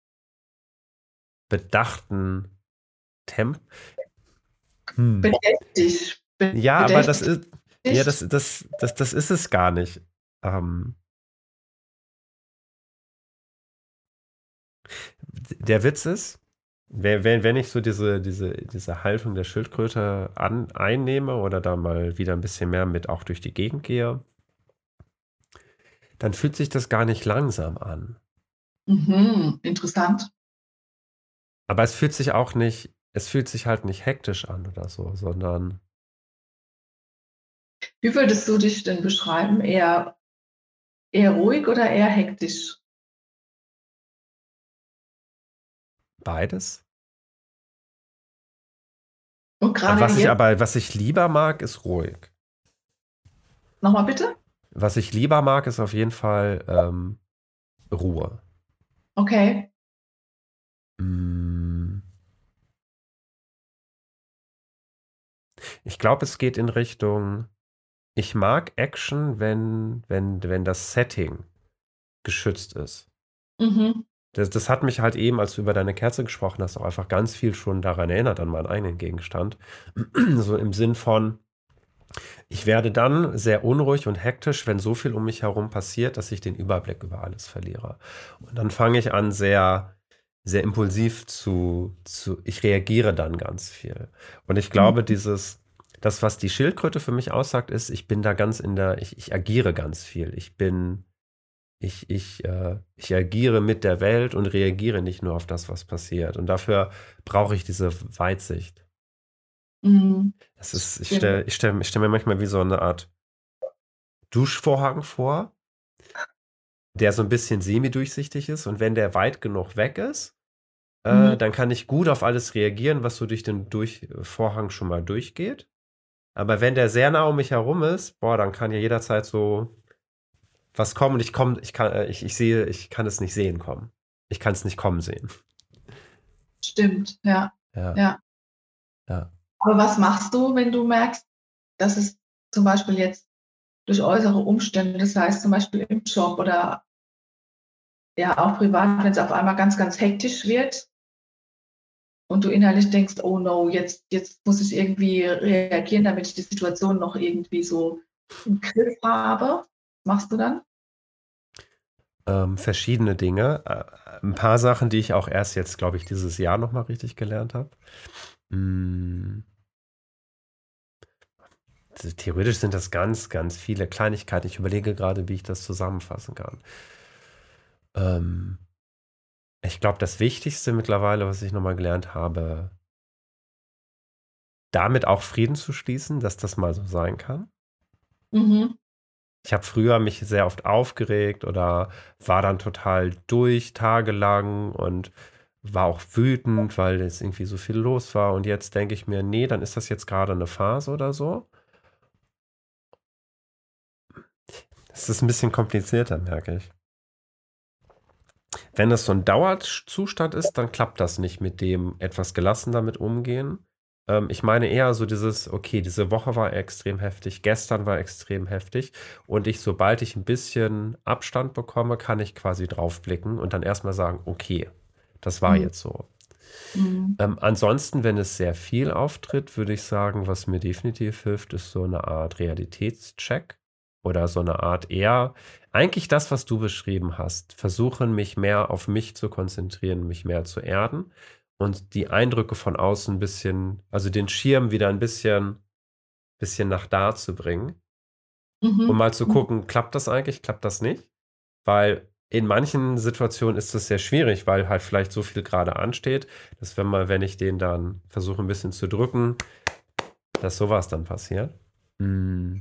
bedachten Tempo. Hm. Bedächtig. Be- Ja, aber das Bedächtig. ist, ja, das, das, das, das ist es gar nicht. Ähm, der Witz ist, wenn, wenn wenn ich so diese, diese, diese Haltung der Schildkröte an, einnehme oder da mal wieder ein bisschen mehr mit auch durch die Gegend gehe, dann fühlt sich das gar nicht langsam an. Mhm, interessant. Aber es fühlt sich auch nicht, es fühlt sich halt nicht hektisch an oder so, sondern Wie würdest du dich denn beschreiben? Eher, eher ruhig oder eher hektisch? beides. Und Aber gerade was ich jetzt, aber, was ich lieber mag, ist ruhig. nochmal bitte? Was ich lieber mag, ist auf jeden Fall ähm, Ruhe. Okay. Mm. Ich glaube, es geht in Richtung, ich mag Action, wenn, wenn, wenn das Setting geschützt ist. Mhm. Das, das hat mich halt eben, als du über deine Kerze gesprochen hast, auch einfach ganz viel schon daran erinnert, an meinen eigenen Gegenstand. So im Sinn von, ich werde dann sehr unruhig und hektisch, wenn so viel um mich herum passiert, dass ich den Überblick über alles verliere. Und dann fange ich an, sehr, sehr impulsiv zu, zu, ich reagiere dann ganz viel. Und ich glaube, Mhm. dieses, das, was die Schildkröte für mich aussagt, ist, ich bin da ganz in der, ich, ich agiere ganz viel. Ich bin, ich, ich, äh, ich agiere mit der Welt und reagiere nicht nur auf das, was passiert. Und dafür brauche ich diese Weitsicht. Mhm. Das ist, ich Stimmt. stelle ich stell, ich stell mir manchmal wie so eine Art Duschvorhang vor, der so ein bisschen semi-durchsichtig ist. Und wenn der weit genug weg ist, äh, Mhm. dann kann ich gut auf alles reagieren, was so durch den durch Vorhang schon mal durchgeht. Aber wenn der sehr nah um mich herum ist, boah, dann kann ja jederzeit so was kommen und ich komme, ich kann, äh, ich, ich sehe, ich kann es nicht sehen kommen. Ich kann es nicht kommen sehen. Stimmt, ja. Ja, Ja. ja. Aber was machst du, wenn du merkst, dass es zum Beispiel jetzt durch äußere Umstände, das heißt zum Beispiel im Job oder ja auch privat, wenn es auf einmal ganz, ganz hektisch wird und du innerlich denkst, oh no, jetzt, jetzt muss ich irgendwie reagieren, damit ich die Situation noch irgendwie so im Griff habe. Was machst du dann? Ähm, verschiedene Dinge. Äh, ein paar Sachen, die ich auch erst jetzt, glaube ich, dieses Jahr nochmal richtig gelernt habe. Mm, also theoretisch sind das ganz, ganz viele Kleinigkeiten. Ich überlege gerade, wie ich das zusammenfassen kann. Ähm, ich glaube, das Wichtigste mittlerweile, was ich nochmal gelernt habe, damit auch Frieden zu schließen, dass das mal so sein kann. Mhm. Ich habe früher mich sehr oft aufgeregt oder war dann total durch tagelang und war auch wütend, weil jetzt irgendwie so viel los war. Und jetzt denke ich mir, nee, dann ist das jetzt gerade eine Phase oder so. Es ist ein bisschen komplizierter, merke ich. Wenn es so ein Dauerzustand ist, dann klappt das nicht mit dem etwas gelassen damit umgehen. Ähm, ich meine eher so dieses, okay, diese Woche war extrem heftig, gestern war extrem heftig und ich, sobald ich ein bisschen Abstand bekomme, kann ich quasi draufblicken und dann erstmal sagen, okay, das war Mhm. jetzt so. Mhm. Ähm, ansonsten, wenn es sehr viel auftritt, würde ich sagen, was mir definitiv hilft, ist so eine Art Realitätscheck oder so eine Art eher, eigentlich das, was du beschrieben hast, versuchen, mich mehr auf mich zu konzentrieren, mich mehr zu erden und die Eindrücke von außen ein bisschen, also den Schirm wieder ein bisschen, bisschen nach da zu bringen, um Mhm. mal zu gucken, klappt das eigentlich, klappt das nicht? Weil in manchen Situationen ist es sehr schwierig, weil halt vielleicht so viel gerade ansteht, dass wenn mal, wenn ich den dann versuche ein bisschen zu drücken, dass sowas dann passiert. Mm.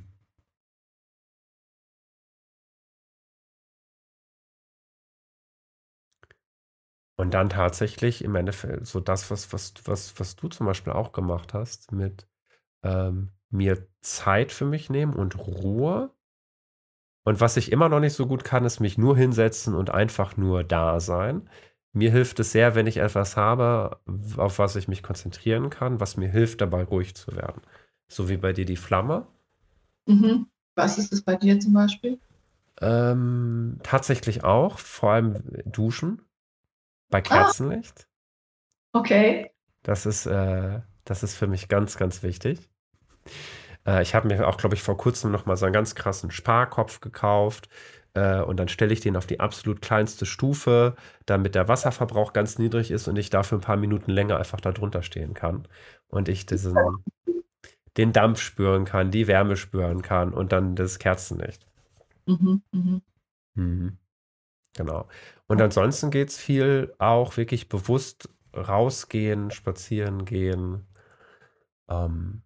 Und dann tatsächlich im Endeffekt so das, was, was, was, was du zum Beispiel auch gemacht hast, mit ähm, mir Zeit für mich nehmen und Ruhe. Und was ich immer noch nicht so gut kann, ist mich nur hinsetzen und einfach nur da sein. Mir hilft es sehr, wenn ich etwas habe, auf was ich mich konzentrieren kann, was mir hilft, dabei ruhig zu werden. So wie bei dir die Flamme. Mhm. Was ist es bei dir zum Beispiel? Ähm, tatsächlich auch, vor allem Duschen bei Ah, Kerzenlicht. okay. Das ist, äh, das ist für mich ganz, ganz wichtig. Äh, ich habe mir auch, glaube ich, vor kurzem noch mal so einen ganz krassen Sparkopf gekauft. Äh, und dann stelle ich den auf die absolut kleinste Stufe, damit der Wasserverbrauch ganz niedrig ist und ich dafür ein paar Minuten länger einfach da drunter stehen kann. Und ich diesen, den Dampf spüren kann, die Wärme spüren kann und dann das Kerzenlicht. Mhm, mhm. Mhm. Genau. Und ansonsten geht es viel auch wirklich bewusst rausgehen, spazieren gehen. Ähm,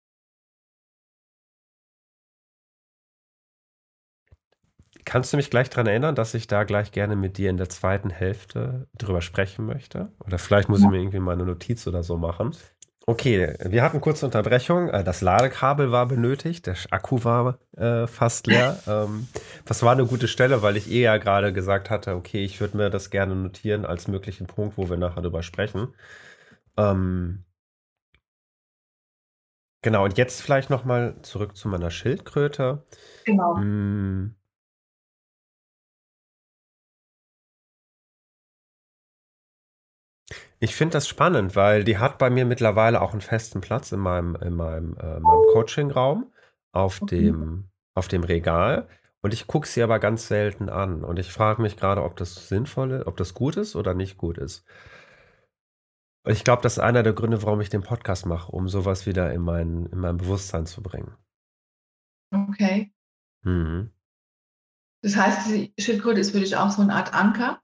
kannst du mich gleich daran erinnern, dass ich da gleich gerne mit dir in der zweiten Hälfte drüber sprechen möchte? Oder vielleicht muss ich Ja. mir irgendwie mal eine Notiz oder so machen. Okay, wir hatten kurze Unterbrechung. Äh, Das Ladekabel war benötigt, der Akku war äh, fast leer. Ähm, das war eine gute Stelle, weil ich eh ja gerade gesagt hatte, okay, ich würde mir das gerne notieren als möglichen Punkt, wo wir nachher drüber sprechen. Ähm, genau, und jetzt vielleicht noch mal zurück zu meiner Schildkröte. Genau. Mm, Ich finde das spannend, weil die hat bei mir mittlerweile auch einen festen Platz in meinem, in meinem, äh, meinem Coaching-Raum auf Okay. dem, auf dem Regal. Und ich gucke sie aber ganz selten an. Und ich frage mich gerade, ob das sinnvoll ist, ob das gut ist oder nicht gut ist. Und ich glaube, das ist einer der Gründe, warum ich den Podcast mache, um sowas wieder in mein, in mein Bewusstsein zu bringen. Okay. Mhm. Das heißt, die Schildkröte ist für dich auch so eine Art Anker?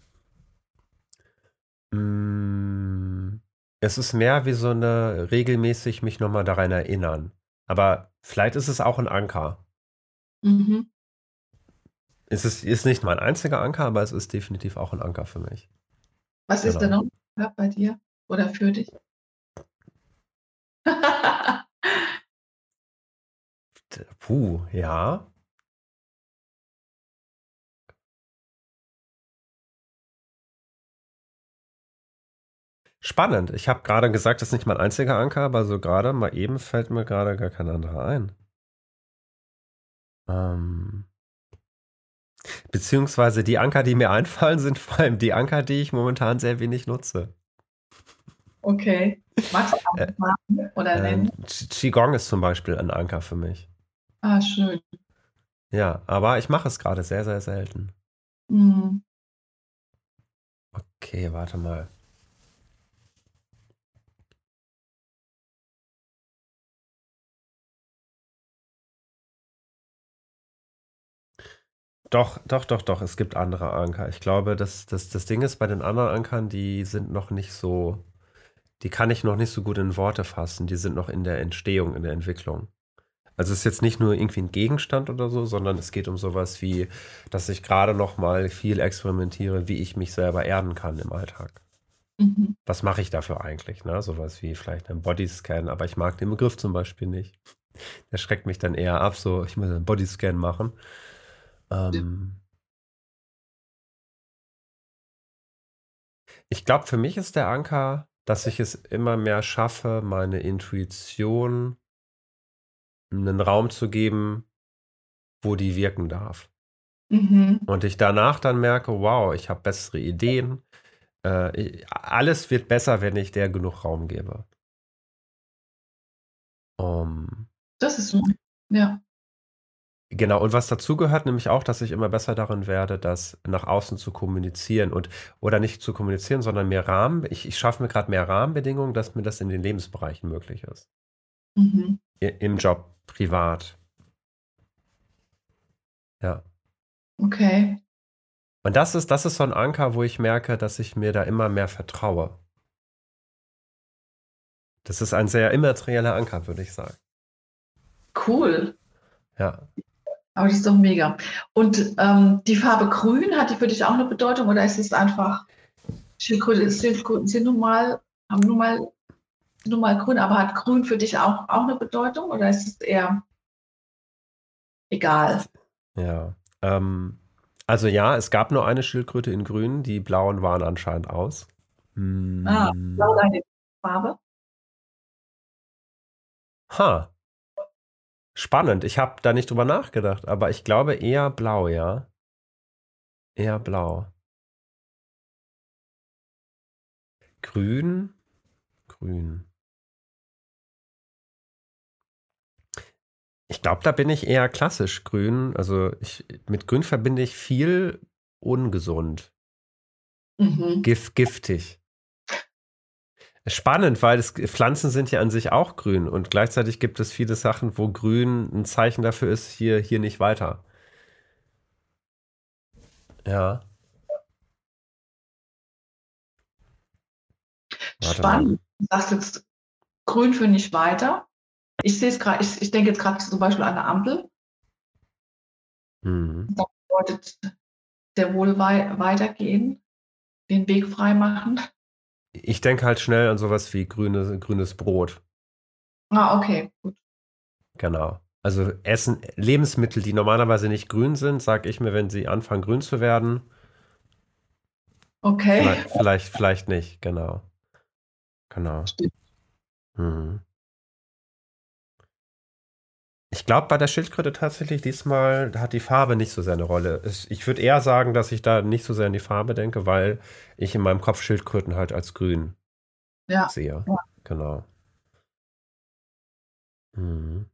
Mm, Es ist mehr wie so eine regelmäßig mich nochmal daran erinnern. Aber vielleicht ist es auch ein Anker. Mhm. Es ist, ist nicht mein einziger Anker, aber es ist definitiv auch ein Anker für mich. Was ist denn Genau. noch ja, bei dir oder für dich? D- Puh, ja. Spannend. Ich habe gerade gesagt, das ist nicht mein einziger Anker, aber so gerade mal eben fällt mir gerade gar kein anderer ein. Ähm, beziehungsweise die Anker, die mir einfallen, sind vor allem die Anker, die ich momentan sehr wenig nutze. Okay. Magst du Äh, einen sagen oder ähm, nennen? Qi- Qigong ist zum Beispiel ein Anker für mich. Ah, schön. Ja, aber ich mache es gerade sehr, sehr selten. Mhm. Okay, warte mal. Doch, doch, doch, doch, es gibt andere Anker. Ich glaube, das, das, das Ding ist bei den anderen Ankern, die sind noch nicht so, die kann ich noch nicht so gut in Worte fassen. Die sind noch in der Entstehung, in der Entwicklung. Also es ist jetzt nicht nur irgendwie ein Gegenstand oder so, sondern es geht um sowas wie, dass ich gerade noch mal viel experimentiere, wie ich mich selber erden kann im Alltag. Mhm. Was mache ich dafür eigentlich? Ne? Sowas wie vielleicht ein Bodyscan, aber ich mag den Begriff zum Beispiel nicht. Der schreckt mich dann eher ab, so ich muss einen Bodyscan machen. Ähm, Ich glaube, für mich ist der Anker, dass ich es immer mehr schaffe, meine Intuition einen Raum zu geben, wo die wirken darf. Mhm. Und ich danach dann merke, wow, ich habe bessere Ideen. Äh, ich, alles wird besser, wenn ich der genug Raum gebe. Um, Das ist schön. Ja. genau, und was dazu gehört, nämlich auch, dass ich immer besser darin werde, das nach außen zu kommunizieren und oder nicht zu kommunizieren, sondern mehr Rahmen. Ich, ich schaffe mir gerade mehr Rahmenbedingungen, dass mir das in den Lebensbereichen möglich ist. Mhm. I- Im Job, privat. Ja. Okay. Und das ist, das ist so ein Anker, wo ich merke, dass ich mir da immer mehr vertraue. Das ist ein sehr immaterieller Anker, würde ich sagen. Cool. Ja. Aber das ist doch mega. Und ähm, die Farbe Grün, hat die für dich auch eine Bedeutung oder ist es einfach, Schildkröte, Schildkröten sind nun mal, haben nun mal, nun mal grün, aber hat Grün für dich auch, auch eine Bedeutung oder ist es eher egal? Ja. Ähm, also ja, es gab nur eine Schildkröte in Grün, die blauen waren anscheinend aus. Ah, blau Hm. deine Farbe? Ha, spannend. Ich habe da nicht drüber nachgedacht, aber ich glaube eher blau, ja. Eher blau. Grün? Grün. Ich glaube, da bin ich eher klassisch grün. Also ich, mit grün verbinde ich viel ungesund, Mhm. Gif giftig. Spannend, weil es, Pflanzen sind ja an sich auch grün und gleichzeitig gibt es viele Sachen, wo grün ein Zeichen dafür ist, hier, hier nicht weiter. Ja, warte mal. Spannend. Du sagst jetzt grün für nicht weiter. Ich sehe es gerade, ich, ich denke jetzt gerade zum Beispiel an eine Ampel. Mhm. Das bedeutet, der wohl wei weitergehen, den Weg frei machen. Ich denke halt schnell an sowas wie grüne, grünes Brot. Ah, okay, gut. Genau. Also Essen, Lebensmittel, die normalerweise nicht grün sind, sage ich mir, wenn sie anfangen grün zu werden, Okay. vielleicht, vielleicht, vielleicht nicht. Genau. Genau. Stimmt. Mhm. Ich glaube, bei der Schildkröte tatsächlich diesmal hat die Farbe nicht so sehr eine Rolle. Es, ich würde eher sagen, dass ich da nicht so sehr an die Farbe denke, weil ich in meinem Kopf Schildkröten halt als grün Ja. sehe. Ja. Genau. Mhm.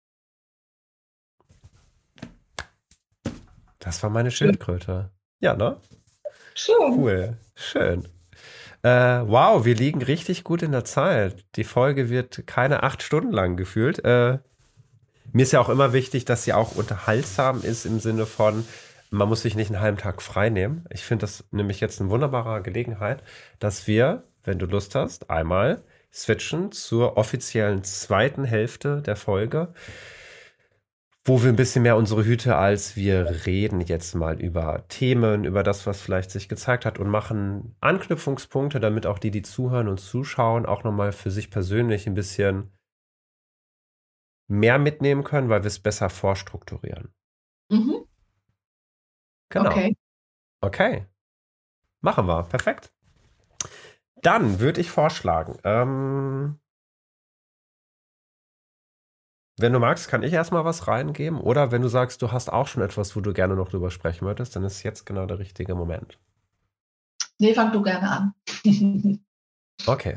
Das war meine Schön. Schildkröte. Ja, ne? Schön. Cool. Schön. Äh, wow, wir liegen richtig gut in der Zeit. Die Folge wird keine acht Stunden lang gefühlt. Äh, mir ist ja auch immer wichtig, dass sie auch unterhaltsam ist im Sinne von, man muss sich nicht einen halben Tag frei nehmen. Ich finde das nämlich jetzt eine wunderbare Gelegenheit, dass wir, wenn du Lust hast, einmal switchen zur offiziellen zweiten Hälfte der Folge, wo wir ein bisschen mehr unsere Hüte, als wir reden jetzt mal über Themen, über das, was vielleicht sich gezeigt hat und machen Anknüpfungspunkte, damit auch die, die zuhören und zuschauen, auch nochmal für sich persönlich ein bisschen mehr mitnehmen können, weil wir es besser vorstrukturieren. Mhm. Genau. Okay. Okay. Machen wir. Perfekt. Dann würde ich vorschlagen, ähm, wenn du magst, kann ich erstmal was reingeben. Oder wenn du sagst, du hast auch schon etwas, wo du gerne noch drüber sprechen möchtest, dann ist jetzt genau der richtige Moment. Nee, fang du gerne an. Okay.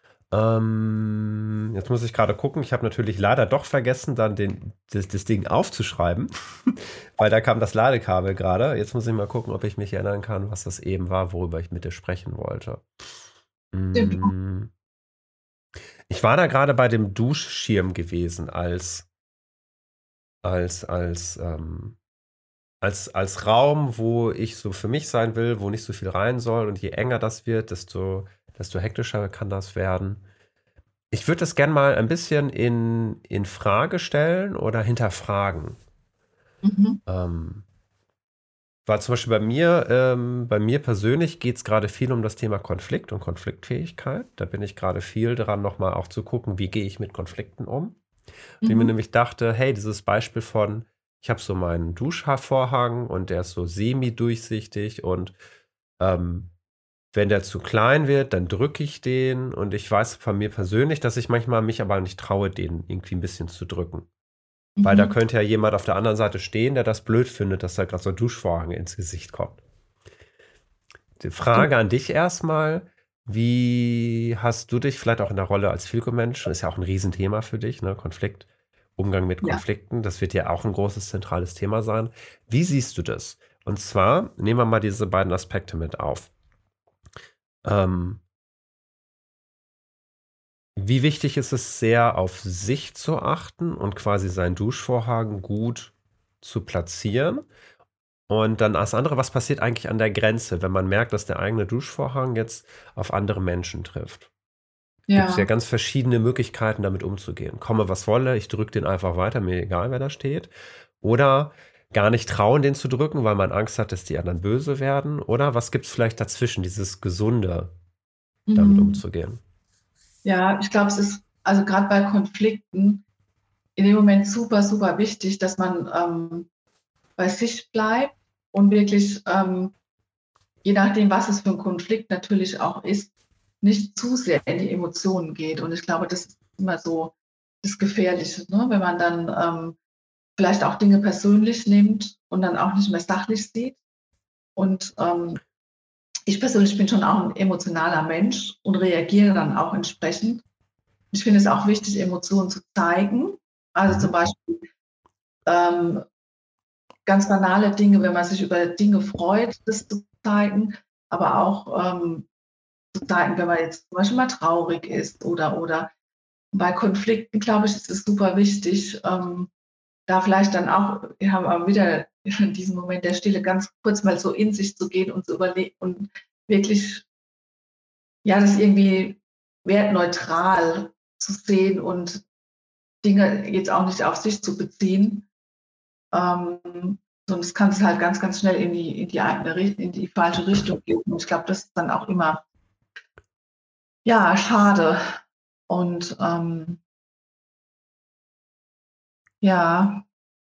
Ähm, jetzt muss ich gerade gucken. Ich habe natürlich leider doch vergessen, dann den, das, das Ding aufzuschreiben, weil da kam das Ladekabel gerade. Jetzt muss ich mal gucken, ob ich mich erinnern kann, was das eben war, worüber ich mit dir sprechen wollte. Stimmt. Mm. Ich war da gerade bei dem Duschschirm gewesen als, als, als, ähm, als, als Raum, wo ich so für mich sein will, wo nicht so viel rein soll. Und je enger das wird, desto, desto hektischer kann das werden. Ich würde das gerne mal ein bisschen in, in Frage stellen oder hinterfragen. Mhm. Ähm, War zum Beispiel bei mir, ähm, bei mir persönlich geht es gerade viel um das Thema Konflikt und Konfliktfähigkeit. Da bin ich gerade viel dran, nochmal auch zu gucken, wie gehe ich mit Konflikten um. Und ich mir Mhm. nämlich dachte, hey, dieses Beispiel von, ich habe so meinen Duschvorhang und der ist so semi-durchsichtig und ähm, wenn der zu klein wird, dann drücke ich den und ich weiß von mir persönlich, dass ich manchmal mich aber nicht traue, den irgendwie ein bisschen zu drücken. Weil da Mhm. könnte ja jemand auf der anderen Seite stehen, der das blöd findet, dass da gerade so ein Duschvorhang ins Gesicht kommt. Die Stimmt. Frage an dich erstmal, wie hast du dich vielleicht auch in der Rolle als Filko-Mensch, ist ja auch ein Riesenthema für dich, ne? Konflikt, Umgang mit Ja. Konflikten, das wird ja auch ein großes zentrales Thema sein. Wie siehst du das? Und zwar nehmen wir mal diese beiden Aspekte mit auf. Ähm, wie wichtig ist es sehr, auf sich zu achten und quasi seinen Duschvorhang gut zu platzieren? Und dann das andere, was passiert eigentlich an der Grenze, wenn man merkt, dass der eigene Duschvorhang jetzt auf andere Menschen trifft? Gibt es ja Ja. ganz verschiedene Möglichkeiten, damit umzugehen. Komme, was wolle, ich drücke den einfach weiter, mir egal, wer da steht. Oder gar nicht trauen, den zu drücken, weil man Angst hat, dass die anderen böse werden. Oder was gibt es vielleicht dazwischen, dieses Gesunde, damit Mhm. umzugehen? Ja, ich glaube, es ist also gerade bei Konflikten in dem Moment super, super wichtig, dass man ähm, bei sich bleibt und wirklich, ähm, je nachdem, was es für ein Konflikt natürlich auch ist, nicht zu sehr in die Emotionen geht. Und ich glaube, das ist immer so das Gefährliche, ne? Wenn man dann ähm, vielleicht auch Dinge persönlich nimmt und dann auch nicht mehr sachlich sieht. Und ähm, ich persönlich bin schon auch ein emotionaler Mensch und reagiere dann auch entsprechend. Ich finde es auch wichtig, Emotionen zu zeigen. Also Mhm. zum Beispiel ähm, ganz banale Dinge, wenn man sich über Dinge freut, das zu zeigen, aber auch ähm, zu zeigen, wenn man jetzt zum Beispiel mal traurig ist oder, oder bei Konflikten, glaube ich, ist es super wichtig, ähm, da vielleicht dann auch, wir haben aber wieder in diesem Moment der Stille ganz kurz mal so in sich zu gehen und zu überlegen und wirklich, ja, das irgendwie wertneutral zu sehen und Dinge jetzt auch nicht auf sich zu beziehen. Ähm, sonst kann es halt ganz, ganz schnell in die, in die eigene, in die falsche Richtung gehen. Und ich glaube, das ist dann auch immer, ja, schade. Und ähm, ja,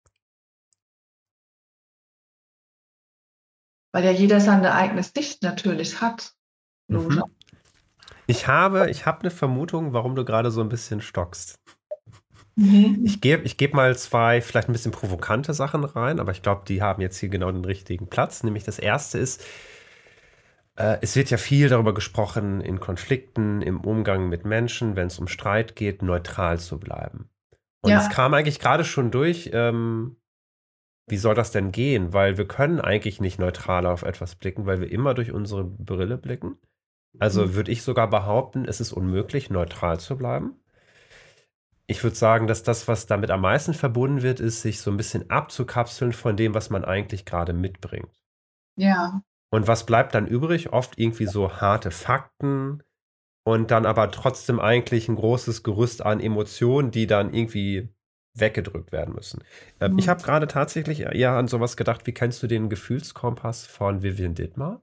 weil ja jeder seine eigene Sicht natürlich hat. Mhm. Ich habe, ich habe eine Vermutung, warum du gerade so ein bisschen stockst. Mhm. Ich gebe ich geb mal zwei, vielleicht ein bisschen provokante Sachen rein, aber ich glaube, die haben jetzt hier genau den richtigen Platz. Nämlich das erste ist, äh, es wird ja viel darüber gesprochen, in Konflikten, im Umgang mit Menschen, wenn es um Streit geht, neutral zu bleiben. Und es Ja, kam eigentlich gerade schon durch, ähm, wie soll das denn gehen? Weil wir können eigentlich nicht neutral auf etwas blicken, weil wir immer durch unsere Brille blicken. Also würde ich sogar behaupten, es ist unmöglich, neutral zu bleiben. Ich würde sagen, dass das, was damit am meisten verbunden wird, ist, sich so ein bisschen abzukapseln von dem, was man eigentlich gerade mitbringt. ja. Und was bleibt dann übrig? Oft irgendwie so harte Fakten und dann aber trotzdem eigentlich ein großes Gerüst an Emotionen, die dann irgendwie weggedrückt werden müssen. Ähm, ich Mhm. habe gerade tatsächlich eher an sowas gedacht, wie kennst du den Gefühlskompass von Vivian Dittmar?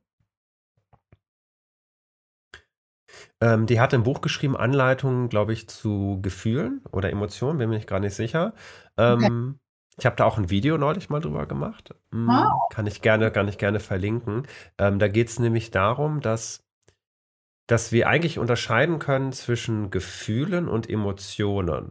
Ähm, die hat ein Buch geschrieben, Anleitungen, glaube ich, zu Gefühlen oder Emotionen, bin mir nicht gar nicht sicher. Okay. Ähm, ich habe da auch ein Video neulich mal drüber gemacht. Ah, Hm, kann ich gerne, kann ich gerne verlinken. Ähm, da geht es nämlich darum, dass, dass wir eigentlich unterscheiden können zwischen Gefühlen und Emotionen.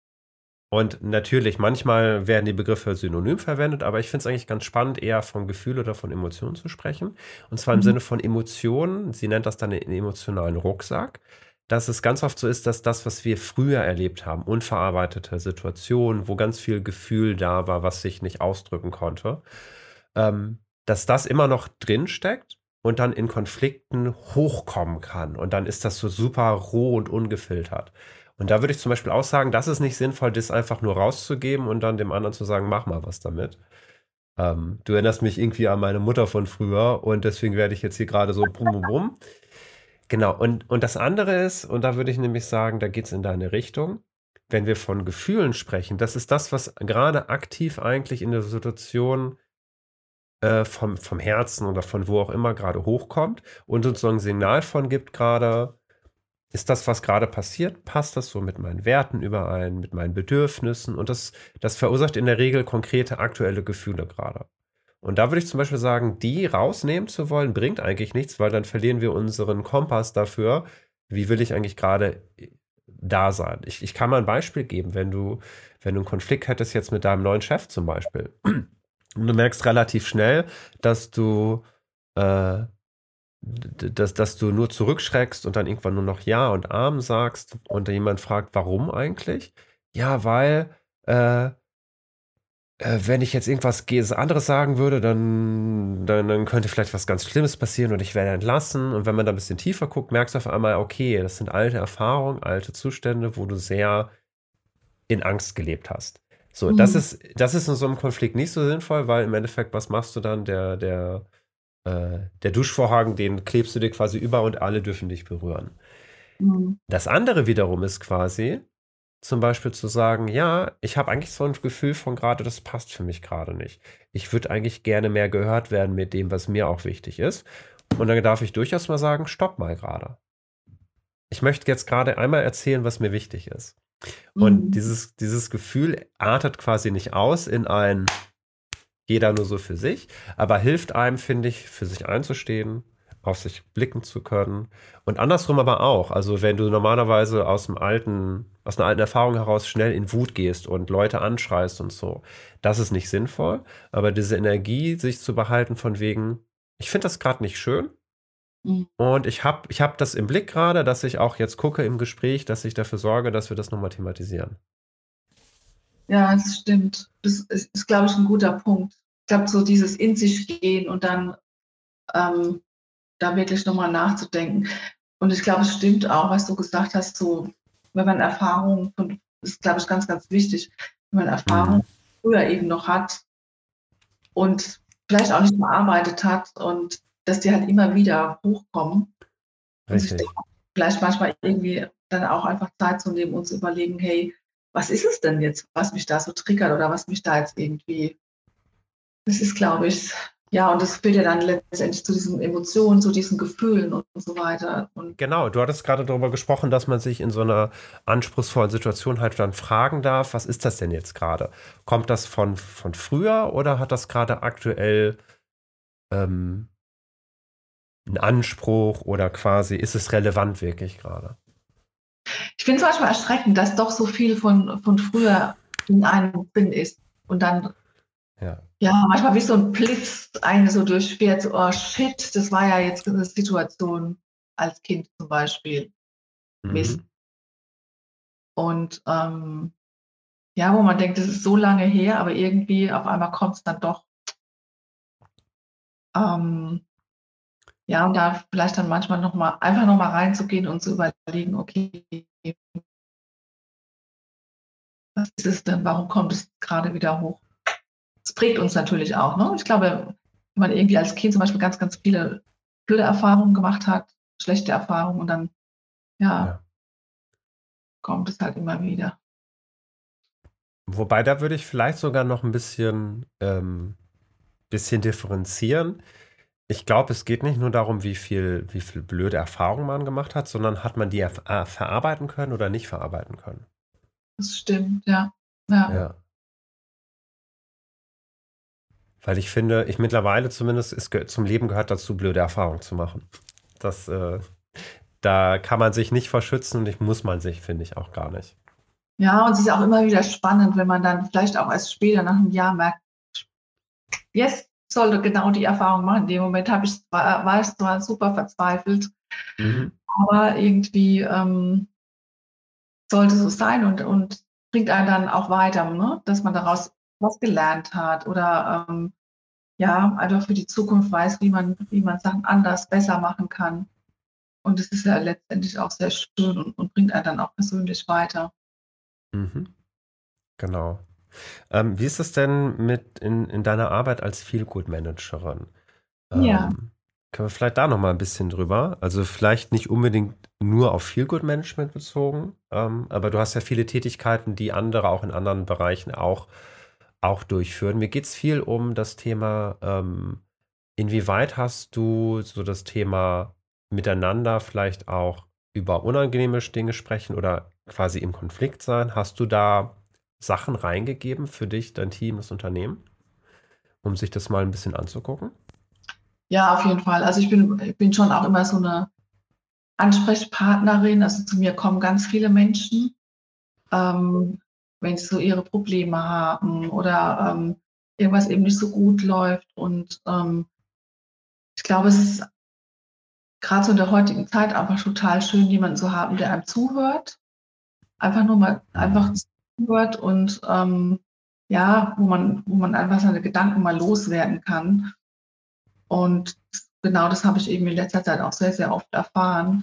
Und natürlich, manchmal werden die Begriffe synonym verwendet, aber ich finde es eigentlich ganz spannend, eher von Gefühl oder von Emotionen zu sprechen. Und zwar im mhm. Sinne von Emotionen, sie nennt das dann den emotionalen Rucksack, dass es ganz oft so ist, dass das, was wir früher erlebt haben, unverarbeitete Situationen, wo ganz viel Gefühl da war, was sich nicht ausdrücken konnte, ähm, dass das immer noch drin steckt und dann in Konflikten hochkommen kann. Und dann ist das so super roh und ungefiltert. Und da würde ich zum Beispiel auch sagen, das ist nicht sinnvoll, das einfach nur rauszugeben und dann dem anderen zu sagen, mach mal was damit. Ähm, du erinnerst mich irgendwie an meine Mutter von früher und deswegen werde ich jetzt hier gerade so brumm, brumm, brumm. Genau, und, und das andere ist, und da würde ich nämlich sagen, da geht es in deine Richtung, wenn wir von Gefühlen sprechen, das ist das, was gerade aktiv eigentlich in der Situation äh, vom, vom Herzen oder von wo auch immer gerade hochkommt und uns so ein Signal von gibt gerade, ist das, was gerade passiert, passt das so mit meinen Werten überein, mit meinen Bedürfnissen und das, das verursacht in der Regel konkrete aktuelle Gefühle gerade. Und da würde ich zum Beispiel sagen, die rausnehmen zu wollen, bringt eigentlich nichts, weil dann verlieren wir unseren Kompass dafür, wie will ich eigentlich gerade da sein. Ich, ich kann mal ein Beispiel geben, wenn du, wenn du einen Konflikt hättest jetzt mit deinem neuen Chef zum Beispiel und du merkst relativ schnell, dass du äh, dass, dass du nur zurückschreckst und dann irgendwann nur noch Ja und Amen sagst und da jemand fragt, warum eigentlich? Ja, weil, äh, äh, wenn ich jetzt irgendwas ge- anderes sagen würde, dann, dann, dann könnte vielleicht was ganz Schlimmes passieren und ich werde entlassen. Und wenn man da ein bisschen tiefer guckt, merkst du auf einmal, okay, das sind alte Erfahrungen, alte Zustände, wo du sehr in Angst gelebt hast. So, das Mhm. ist, das ist in so einem Konflikt nicht so sinnvoll, weil im Endeffekt, was machst du dann? Der, der äh, der Duschvorhang, den klebst du dir quasi über und alle dürfen dich berühren. Mhm. Das andere wiederum ist quasi, zum Beispiel zu sagen, ja, ich habe eigentlich so ein Gefühl von gerade, das passt für mich gerade nicht. Ich würde eigentlich gerne mehr gehört werden mit dem, was mir auch wichtig ist. Und dann darf ich durchaus mal sagen, stopp mal gerade. Ich möchte jetzt gerade einmal erzählen, was mir wichtig ist. Und Mhm. dieses, dieses Gefühl artet quasi nicht aus in ein jeder nur so für sich, aber hilft einem, finde ich, für sich einzustehen, auf sich blicken zu können und andersrum aber auch. Also wenn du normalerweise aus dem alten, aus einer alten Erfahrung heraus schnell in Wut gehst und Leute anschreist und so, das ist nicht sinnvoll, aber diese Energie, sich zu behalten von wegen, ich finde das gerade nicht schön Mhm. und ich habe ich hab das im Blick gerade, dass ich auch jetzt gucke im Gespräch, dass ich dafür sorge, dass wir das nochmal thematisieren. Ja, das stimmt. Das ist, ist glaube ich, ein guter Punkt. Ich glaube, so dieses in sich gehen und dann ähm, da wirklich nochmal nachzudenken. Und ich glaube, es stimmt auch, was du gesagt hast, so, wenn man Erfahrungen von, das ist, glaube ich, ganz, ganz wichtig, wenn man Erfahrungen Mhm. früher eben noch hat und vielleicht auch nicht bearbeitet hat und dass die halt immer wieder hochkommen und sich da Richtig. vielleicht manchmal irgendwie dann auch einfach Zeit zu nehmen und zu überlegen, hey, was ist es denn jetzt, was mich da so triggert oder was mich da jetzt irgendwie, das ist, glaube ich, ja, und das führt ja dann letztendlich zu diesen Emotionen, zu diesen Gefühlen und so weiter. Und Genau, du hattest gerade darüber gesprochen, dass man sich in so einer anspruchsvollen Situation halt dann fragen darf, was ist das denn jetzt gerade? Kommt das von, von früher oder hat das gerade aktuell ähm, einen Anspruch oder quasi ist es relevant wirklich gerade? ich finde es manchmal erschreckend, dass doch so viel von, von früher in einem drin ist und dann, Ja. ja, manchmal wie so ein Blitz einen so durchfährt, so, oh shit, das war ja jetzt eine Situation als Kind zum Beispiel. Mist. Mhm. Und ähm, ja, wo man denkt, das ist so lange her, aber irgendwie auf einmal kommt es dann doch. Ähm, ja, und da vielleicht dann manchmal noch mal einfach noch mal reinzugehen und zu überlegen, okay, was ist es denn? Warum kommt es gerade wieder hoch? Es prägt uns natürlich auch, ne? Ich glaube, wenn man irgendwie als Kind zum Beispiel ganz, ganz viele blöde Erfahrungen gemacht hat, schlechte Erfahrungen und dann, ja, Ja. kommt es halt immer wieder. Wobei, da würde ich vielleicht sogar noch ein bisschen, ähm, bisschen differenzieren. Ich glaube, es geht nicht nur darum, wie viel, wie viel blöde Erfahrungen man gemacht hat, sondern hat man die erf- äh, verarbeiten können oder nicht verarbeiten können. Das stimmt, ja. Ja. Ja. Weil ich finde, ich mittlerweile zumindest, es ge- zum Leben gehört dazu, blöde Erfahrungen zu machen. Das, äh, da kann man sich nicht verschützen und ich muss man sich, finde ich, auch gar nicht. Ja, und es ist auch immer wieder spannend, wenn man dann vielleicht auch erst später nach einem Jahr merkt, jetzt sollte genau die Erfahrung machen. In dem Moment habe ich zwar, war ich zwar super verzweifelt, Mhm. aber irgendwie ähm, sollte so sein und, und bringt einen dann auch weiter, ne? Dass man daraus was gelernt hat oder ähm, ja, einfach für die Zukunft weiß, wie man, wie man Sachen anders, besser machen kann. Und es ist ja letztendlich auch sehr schön und, und bringt einen dann auch persönlich weiter. Mhm. Genau. Ähm, wie ist es denn mit in, in deiner Arbeit als Feel-Good-Managerin? Ja, Ähm, können wir vielleicht da noch mal ein bisschen drüber? Also vielleicht nicht unbedingt nur auf Feel-Good-Management bezogen, ähm, aber du hast ja viele Tätigkeiten, die andere auch in anderen Bereichen auch, auch durchführen. Mir geht es viel um das Thema, ähm, inwieweit hast du so das Thema miteinander vielleicht auch über unangenehme Dinge sprechen oder quasi im Konflikt sein? Hast du da Sachen reingegeben für dich, dein Team, das Unternehmen, um sich das mal ein bisschen anzugucken? ja, auf jeden Fall. Also ich bin, ich bin schon auch immer so eine Ansprechpartnerin. Also zu mir kommen ganz viele Menschen, ähm, wenn sie so ihre Probleme haben oder ähm, irgendwas eben nicht so gut läuft. Und ähm, ich glaube, es ist gerade so in der heutigen Zeit einfach total schön, jemanden zu haben, der einem zuhört. Einfach nur mal einfach Mhm. zuhört und ähm, ja, wo man, wo man einfach seine Gedanken mal loswerden kann. Und genau das habe ich eben in letzter Zeit auch sehr, sehr oft erfahren.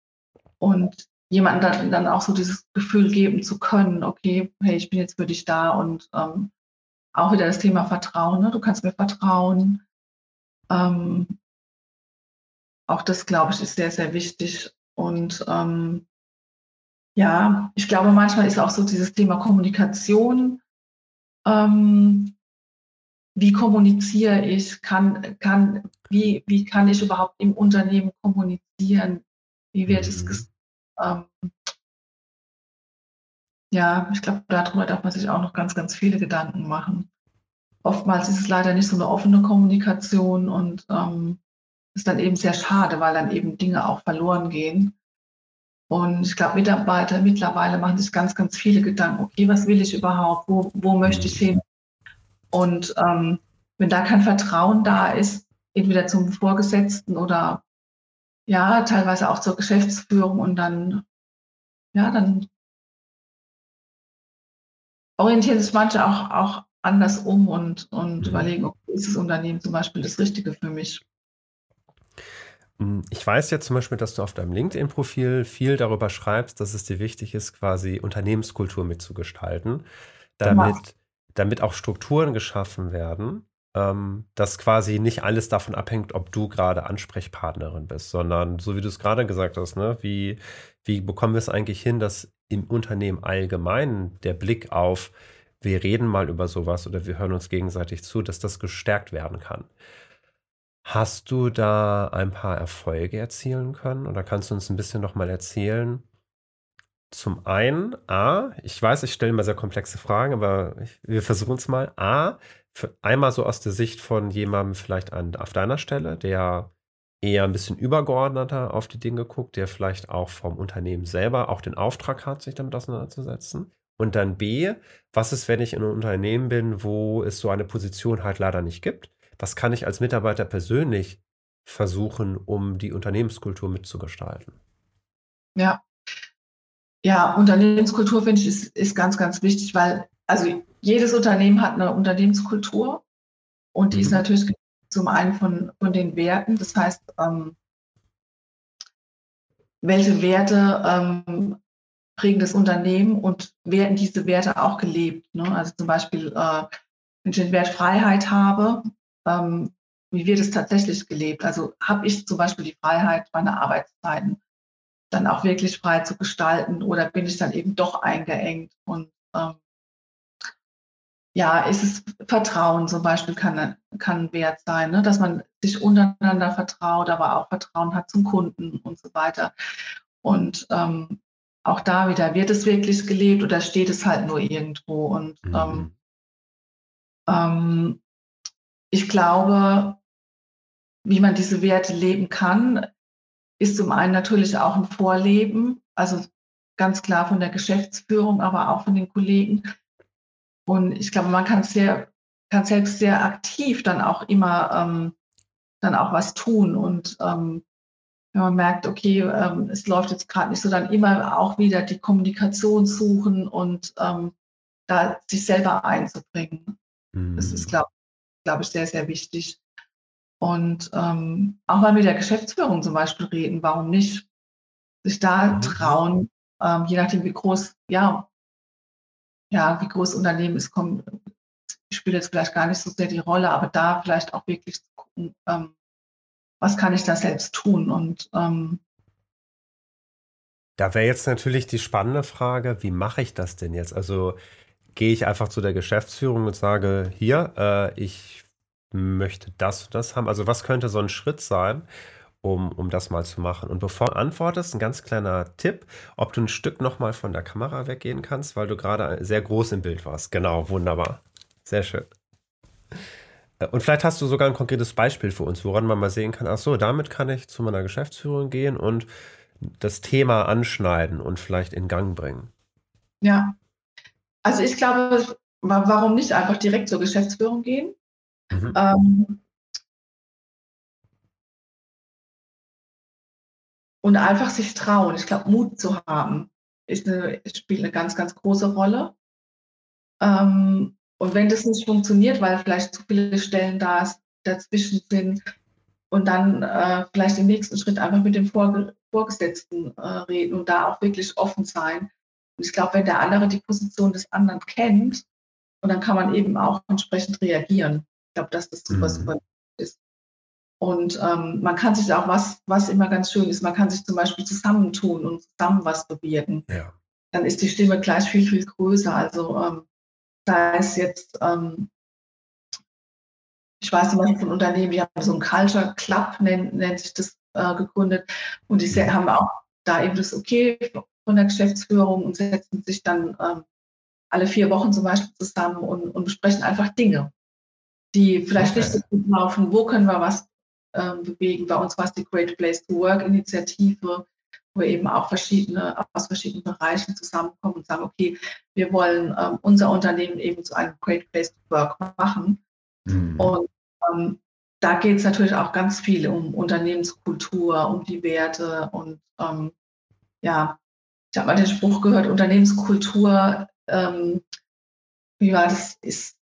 Und jemandem dann, dann auch so dieses Gefühl geben zu können, okay, hey, ich bin jetzt für dich da und ähm, auch wieder das Thema Vertrauen, ne? Du kannst mir vertrauen. Ähm, auch das, glaube ich, ist sehr, sehr wichtig. Und ähm, ja, ich glaube, manchmal ist auch so dieses Thema Kommunikation. Ähm, wie kommuniziere ich? Kann, kann, wie, wie kann ich überhaupt im Unternehmen kommunizieren? Wie wird es Mhm. ges ähm, ja, ich glaube, darüber darf man sich auch noch ganz, ganz viele Gedanken machen. Oftmals ist es leider nicht so eine offene Kommunikation und ähm, ist dann eben sehr schade, weil dann eben Dinge auch verloren gehen. Und ich glaube, Mitarbeiter mittlerweile machen sich ganz, ganz viele Gedanken. Okay, was will ich überhaupt? Wo, wo möchte ich Mhm. hin? Und ähm, wenn da kein Vertrauen da ist, entweder zum Vorgesetzten oder ja, teilweise auch zur Geschäftsführung und dann, ja, dann orientieren sich manche auch, auch anders um und, und Mhm. überlegen, okay, ist das Unternehmen zum Beispiel das Richtige für mich? Hm, Ich weiß jetzt zum Beispiel, dass du auf deinem LinkedIn-Profil viel darüber schreibst, dass es dir wichtig ist, quasi Unternehmenskultur mitzugestalten, Ja, damit, damit auch Strukturen geschaffen werden, ähm, dass quasi nicht alles davon abhängt, ob du gerade Ansprechpartnerin bist, sondern so wie du es gerade gesagt hast, ne, wie, wie bekommen wir es eigentlich hin, dass im Unternehmen allgemein der Blick auf, wir reden mal über sowas oder wir hören uns gegenseitig zu, dass das gestärkt werden kann. Hast du da ein paar Erfolge erzielen können oder kannst du uns ein bisschen noch mal erzählen? Zum einen, A, ich weiß, ich stelle immer sehr komplexe Fragen, aber ich, wir versuchen es mal. A, für, einmal so aus der Sicht von jemandem vielleicht an, auf deiner Stelle, der eher ein bisschen übergeordneter auf die Dinge guckt, der vielleicht auch vom Unternehmen selber auch den Auftrag hat, sich damit auseinanderzusetzen. Und dann B, was ist, wenn ich in einem Unternehmen bin, wo es so eine Position halt leider nicht gibt? Was kann ich als Mitarbeiter persönlich versuchen, um die Unternehmenskultur mitzugestalten? ja. Ja, Unternehmenskultur finde ich ist, ist ganz, ganz wichtig, weil also jedes Unternehmen hat eine Unternehmenskultur und die ist Mhm. natürlich zum einen von, von den Werten, das heißt, ähm, welche Werte ähm, prägen das Unternehmen und werden diese Werte auch gelebt. Ne? Also zum Beispiel, äh, wenn ich den Wert Freiheit habe, ähm, wie wird es tatsächlich gelebt? Also habe ich zum Beispiel die Freiheit, meine Arbeitszeiten dann auch wirklich frei zu gestalten oder bin ich dann eben doch eingeengt und ähm, ja, ist es Vertrauen zum Beispiel kann, kann ein Wert sein, ne? Dass man sich untereinander vertraut, aber auch Vertrauen hat zum Kunden und so weiter. Und ähm, auch da wieder, wird es wirklich gelebt oder steht es halt nur irgendwo? Und ähm, Mhm. ähm, ich glaube, wie man diese Werte leben kann, ist zum einen natürlich auch ein Vorleben, also ganz klar von der Geschäftsführung, aber auch von den Kollegen. Und ich glaube, man kann sehr, kann selbst sehr aktiv dann auch immer ähm, dann auch was tun. Und ähm, wenn man merkt, okay, ähm, es läuft jetzt gerade nicht so, dann immer auch wieder die Kommunikation suchen und ähm, da sich selber einzubringen. Das ist, Mhm. glaube glaub ich, sehr, sehr wichtig. Und ähm, auch mal mit der Geschäftsführung zum Beispiel reden, warum nicht? Sich da Mhm. trauen, ähm, je nachdem, wie groß, ja, ja, wie groß das Unternehmen ist, kommt, spielt jetzt vielleicht gar nicht so sehr die Rolle, aber da vielleicht auch wirklich zu gucken, ähm, was kann ich da selbst tun? Und ähm, Da wäre jetzt natürlich die spannende Frage, wie mache ich das denn jetzt? Also gehe ich einfach zu der Geschäftsführung und sage, hier, äh, ich möchte das und das haben. Also was könnte so ein Schritt sein, um, um das mal zu machen? Und bevor du antwortest, ein ganz kleiner Tipp, ob du ein Stück nochmal von der Kamera weggehen kannst, weil du gerade sehr groß im Bild warst. Genau, wunderbar. Sehr schön. Äh, Und vielleicht hast du sogar ein konkretes Beispiel für uns, woran man mal sehen kann, ach so, damit kann ich zu meiner Geschäftsführung gehen und das Thema anschneiden und vielleicht in Gang bringen. ja, also ich glaube, wa warum nicht einfach direkt zur Geschäftsführung gehen? Mhm. Ähm, und einfach sich trauen. Ich glaube, Mut zu haben, ist 'ne spielt eine ganz, ganz große Rolle. Ähm, und wenn das nicht funktioniert, weil vielleicht zu viele Stellen da s dazwischen sind und dann, äh, vielleicht im nächsten Schritt einfach mit dem Vorge Vorgesetzten, äh, reden und da auch wirklich offen sein. Und ich glaube, wenn der andere die Position des anderen kennt und dann kann man eben auch entsprechend reagieren. Ich glaube, dass das super, Mhm. super ist. Und ähm, man kann sich auch, was, was immer ganz schön ist, man kann sich zum Beispiel zusammentun und zusammen was bewirken. Ja. Dann ist die Stimme gleich viel, viel größer. Also ähm, sei es jetzt, ähm, ich weiß zum Beispiel von Unternehmen, die haben so ein Culture Club, nennt, nennt sich das, äh, gegründet. Und die se- Mhm. haben auch da eben das Okay von der Geschäftsführung und setzen sich dann ähm, alle vier Wochen zum Beispiel zusammen und, und besprechen einfach Dinge, die vielleicht nicht so Okay. gut laufen. Wo können wir was ähm, bewegen? Bei uns war es die Great Place to Work Initiative, wo wir eben auch verschiedene, aus verschiedenen Bereichen zusammenkommen und sagen, okay, wir wollen ähm, unser Unternehmen eben zu einem Great Place to Work machen. Mhm. Und ähm, da geht es natürlich auch ganz viel um Unternehmenskultur, um die Werte und ähm, ja, ich habe mal den Spruch gehört, Unternehmenskultur ähm, wie war das? Ist,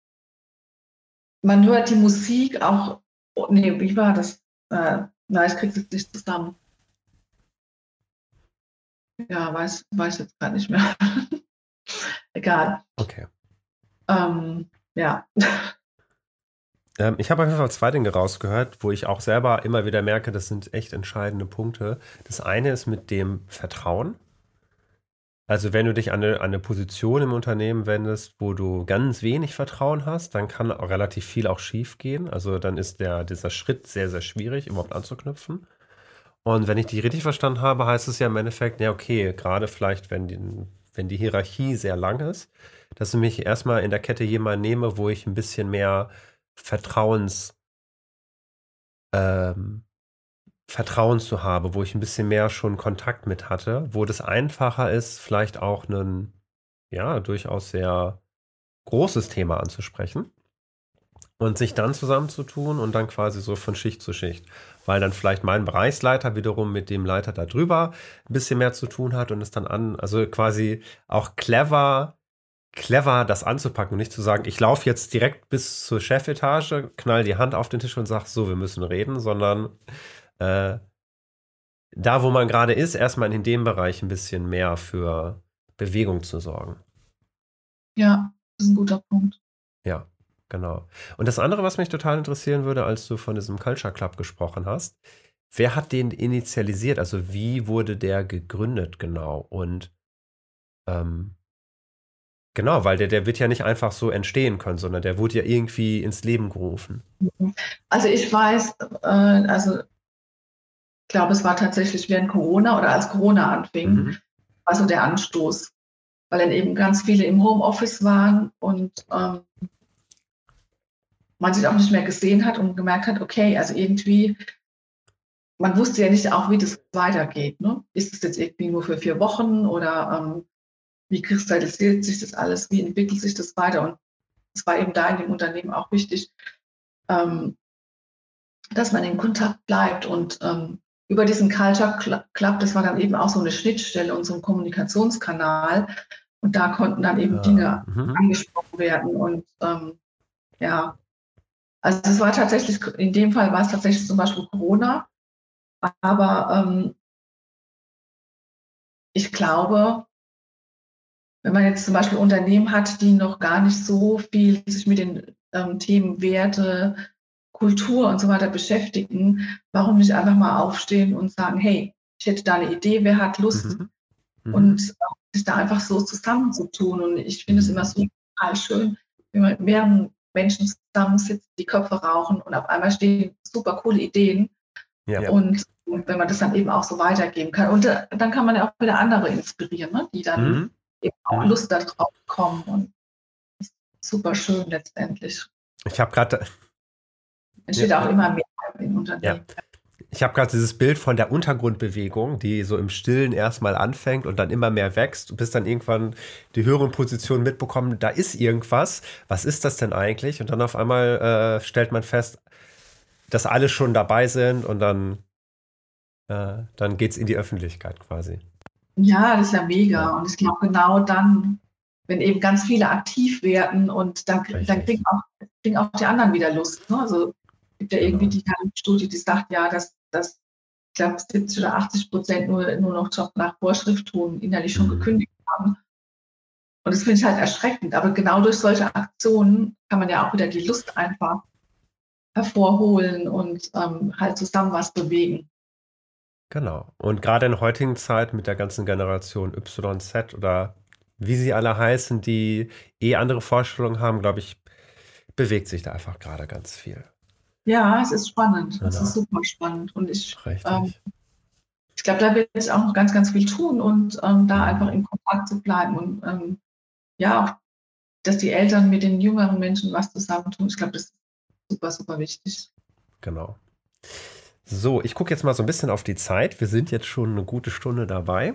man hört die Musik auch, oh, nee, wie war das? Äh, nein, ich krieg's jetzt nicht zusammen. Ja, weiß, weiß jetzt gar nicht mehr. Egal. Okay. Ähm, ja. Ähm, ich habe auf jeden Fall zwei Dinge rausgehört, wo ich auch selber immer wieder merke, das sind echt entscheidende Punkte. Das eine ist mit dem Vertrauen. Also wenn du dich an eine, an eine Position im Unternehmen wendest, wo du ganz wenig Vertrauen hast, dann kann auch relativ viel auch schief gehen. Also dann ist der, dieser Schritt sehr, sehr schwierig, überhaupt anzuknüpfen. Und wenn ich dich richtig verstanden habe, heißt es ja im Endeffekt, ja okay, gerade vielleicht, wenn die, wenn die Hierarchie sehr lang ist, dass ich mich erstmal in der Kette jemanden nehme, wo ich ein bisschen mehr Vertrauens, ähm, Vertrauen zu habe, wo ich ein bisschen mehr schon Kontakt mit hatte, wo das einfacher ist, vielleicht auch ein, ja, durchaus sehr großes Thema anzusprechen und sich dann zusammenzutun und dann quasi so von Schicht zu Schicht. Weil dann vielleicht mein Bereichsleiter wiederum mit dem Leiter da drüber ein bisschen mehr zu tun hat und es dann an, also quasi auch clever, clever das anzupacken und nicht zu sagen, ich laufe jetzt direkt bis zur Chefetage, knall die Hand auf den Tisch und sag, so, wir müssen reden, sondern äh, da, wo man gerade ist, erstmal in dem Bereich ein bisschen mehr für Bewegung zu sorgen. Ja, das ist ein guter Punkt. Ja, genau. Und das andere, was mich total interessieren würde, als du von diesem Culture Club gesprochen hast, wer hat den initialisiert? Also wie wurde der gegründet genau? Und ähm, genau, weil der, der wird ja nicht einfach so entstehen können, sondern der wurde ja irgendwie ins Leben gerufen. Also ich weiß, äh, also ich glaube, es war tatsächlich während Corona oder als Corona anfing, Mhm. war so der Anstoß, weil dann eben ganz viele im Homeoffice waren und ähm, man sich auch nicht mehr gesehen hat und gemerkt hat, okay, also irgendwie, man wusste ja nicht auch, wie das weitergeht. Ne? Ist es jetzt irgendwie nur für vier Wochen oder ähm, wie kristallisiert sich das alles, wie entwickelt sich das weiter? Und es war eben da in dem Unternehmen auch wichtig, ähm, dass man in Kontakt bleibt und ähm, über diesen Culture Club, das war dann eben auch so eine Schnittstelle und so ein Kommunikationskanal und da konnten dann eben Ah, Dinge mhm. angesprochen werden und ähm, ja, also es war tatsächlich, in dem Fall war es tatsächlich zum Beispiel Corona, aber ähm, ich glaube, wenn man jetzt zum Beispiel Unternehmen hat, die noch gar nicht so viel sich mit den ähm, Themen Werte, Kultur und so weiter beschäftigen, warum nicht einfach mal aufstehen und sagen, hey, ich hätte da eine Idee, wer hat Lust? Mhm. Mhm. Und äh, sich da einfach so zusammenzutun. Und ich finde es immer so total schön, wenn man während Menschen zusammensitzen, die Köpfe rauchen und auf einmal stehen super coole Ideen. Ja. Und, und wenn man das dann eben auch so weitergeben kann. Und äh, dann kann man ja auch wieder andere inspirieren, ne? Die dann Mhm. eben auch Mhm. Lust darauf bekommen. Und das ist super schön letztendlich. Ich habe gerade Entsteht Ja, auch ja. immer mehr in Ja. Unternehmen. Ich habe gerade dieses Bild von der Untergrundbewegung, die so im Stillen erstmal anfängt und dann immer mehr wächst. Du bist dann irgendwann die höheren Positionen mitbekommen, da ist irgendwas. Was ist das denn eigentlich? Und dann auf einmal äh, stellt man fest, dass alle schon dabei sind und dann, äh, dann geht es in die Öffentlichkeit quasi. Ja, das ist ja mega. Ja. Und ich glaube, genau dann, wenn eben ganz viele aktiv werden und dann, dann Richtig. kriegen, auch, kriegen auch die anderen wieder Lust. Ne? Also es gibt ja irgendwie Genau. die Studie, die sagt ja, dass, dass ich glaube, siebzig oder achtzig Prozent nur, nur noch Job nach Vorschrift tun, innerlich schon Mhm. gekündigt haben. Und das finde ich halt erschreckend. Aber genau durch solche Aktionen kann man ja auch wieder die Lust einfach hervorholen und ähm, halt zusammen was bewegen. Genau. Und gerade in der heutigen Zeit mit der ganzen Generation Y Z oder wie sie alle heißen, die eh andere Vorstellungen haben, glaube ich, bewegt sich da einfach gerade ganz viel. Ja, es ist spannend. Es Genau. ist super spannend. Und ich, Richtig. ähm, ich glaube, da wird sich auch noch ganz, ganz viel tun und ähm, da Mhm. einfach in Kontakt zu bleiben und ähm, ja, auch, dass die Eltern mit den jüngeren Menschen was zusammentun. Ich glaube, das ist super, super wichtig. Genau. So, ich gucke jetzt mal so ein bisschen auf die Zeit. Wir sind jetzt schon eine gute Stunde dabei.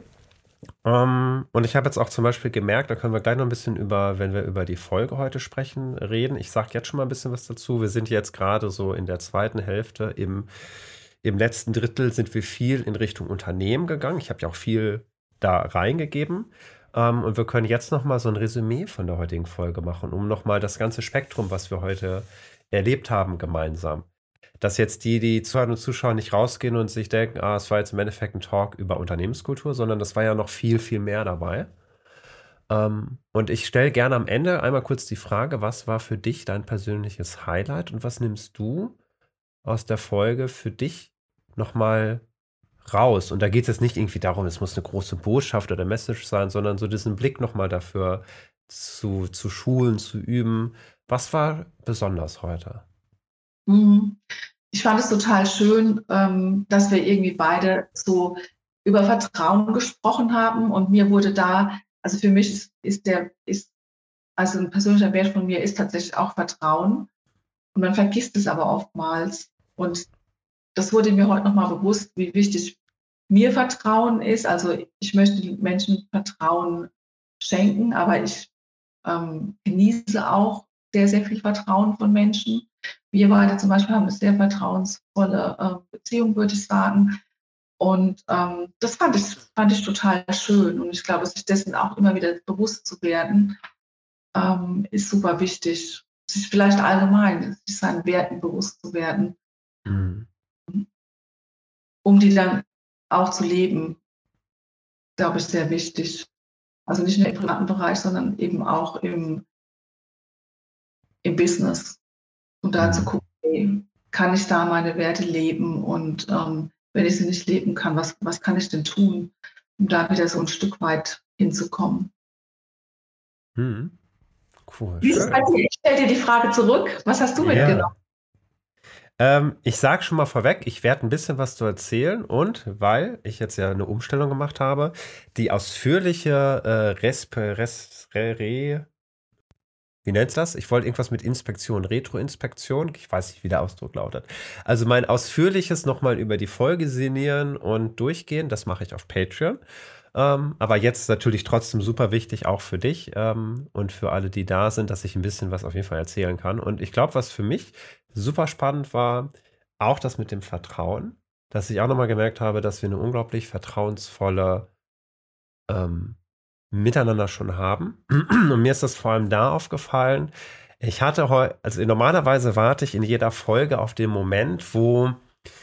Ähm, und ich habe jetzt auch zum Beispiel gemerkt, da können wir gleich noch ein bisschen über, wenn wir über die Folge heute sprechen, reden. Ich sage jetzt schon mal ein bisschen was dazu. Wir sind jetzt gerade so in der zweiten Hälfte. Im, im letzten Drittel sind wir viel in Richtung Unternehmen gegangen. Ich habe ja auch viel da reingegeben. Ähm, und wir können jetzt nochmal so ein Resümee von der heutigen Folge machen, um nochmal das ganze Spektrum, was wir heute erlebt haben, gemeinsam. Dass jetzt die, die Zuhörer und Zuschauer nicht rausgehen und sich denken, ah, es war jetzt im Endeffekt ein Talk über Unternehmenskultur, sondern das war ja noch viel, viel mehr dabei. Ähm, und ich stelle gerne am Ende einmal kurz die Frage, was war für dich dein persönliches Highlight und was nimmst du aus der Folge für dich nochmal raus? Und da geht es jetzt nicht irgendwie darum, es muss eine große Botschaft oder Message sein, sondern so diesen Blick nochmal dafür zu, zu schulen, zu üben. Was war besonders heute? Mhm. Ich fand es total schön, ähm, dass wir irgendwie beide so über Vertrauen gesprochen haben und mir wurde da, also für mich ist, ist der, ist, also ein persönlicher Wert von mir ist tatsächlich auch Vertrauen und man vergisst es aber oftmals und das wurde mir heute nochmal bewusst, wie wichtig mir Vertrauen ist. Also ich möchte den Menschen Vertrauen schenken, aber ich ähm, genieße auch sehr, sehr viel Vertrauen von Menschen. Wir beide zum Beispiel haben eine sehr vertrauensvolle äh, Beziehung, würde ich sagen. Und ähm, das fand ich, fand ich total schön. Und ich glaube, sich dessen auch immer wieder bewusst zu werden, ähm, ist super wichtig. Sich vielleicht allgemein, sich seinen Werten bewusst zu werden, Mhm. um die dann auch zu leben, glaube ich, sehr wichtig. Also nicht nur im privaten Bereich, sondern eben auch im, im Business. Und da zu Mhm. gucken, okay, kann ich da meine Werte leben und ähm, wenn ich sie nicht leben kann, was, was kann ich denn tun, um da wieder so ein Stück weit hinzukommen? Mhm. Cool, Wie ist es bei schön. dir? Ich stelle dir die Frage zurück. Was hast du mitgenommen? Ja. Ähm, ich sage schon mal vorweg, ich werde ein bisschen was zu erzählen und weil ich jetzt ja eine Umstellung gemacht habe, die ausführliche äh, Resp Res Re Re wie nennt's das? Ich wollte irgendwas mit Inspektion, Retroinspektion. Ich weiß nicht, wie der Ausdruck lautet. Also mein ausführliches nochmal über die Folge sinnieren und durchgehen, das mache ich auf Patreon. Ähm, aber jetzt natürlich trotzdem super wichtig, auch für dich ähm, und für alle, die da sind, dass ich ein bisschen was auf jeden Fall erzählen kann. Und ich glaube, was für mich super spannend war, auch das mit dem Vertrauen, dass ich auch nochmal gemerkt habe, dass wir eine unglaublich vertrauensvolle ähm, miteinander schon haben. Und mir ist das vor allem da aufgefallen. Ich hatte heute, also normalerweise warte ich in jeder Folge auf den Moment, wo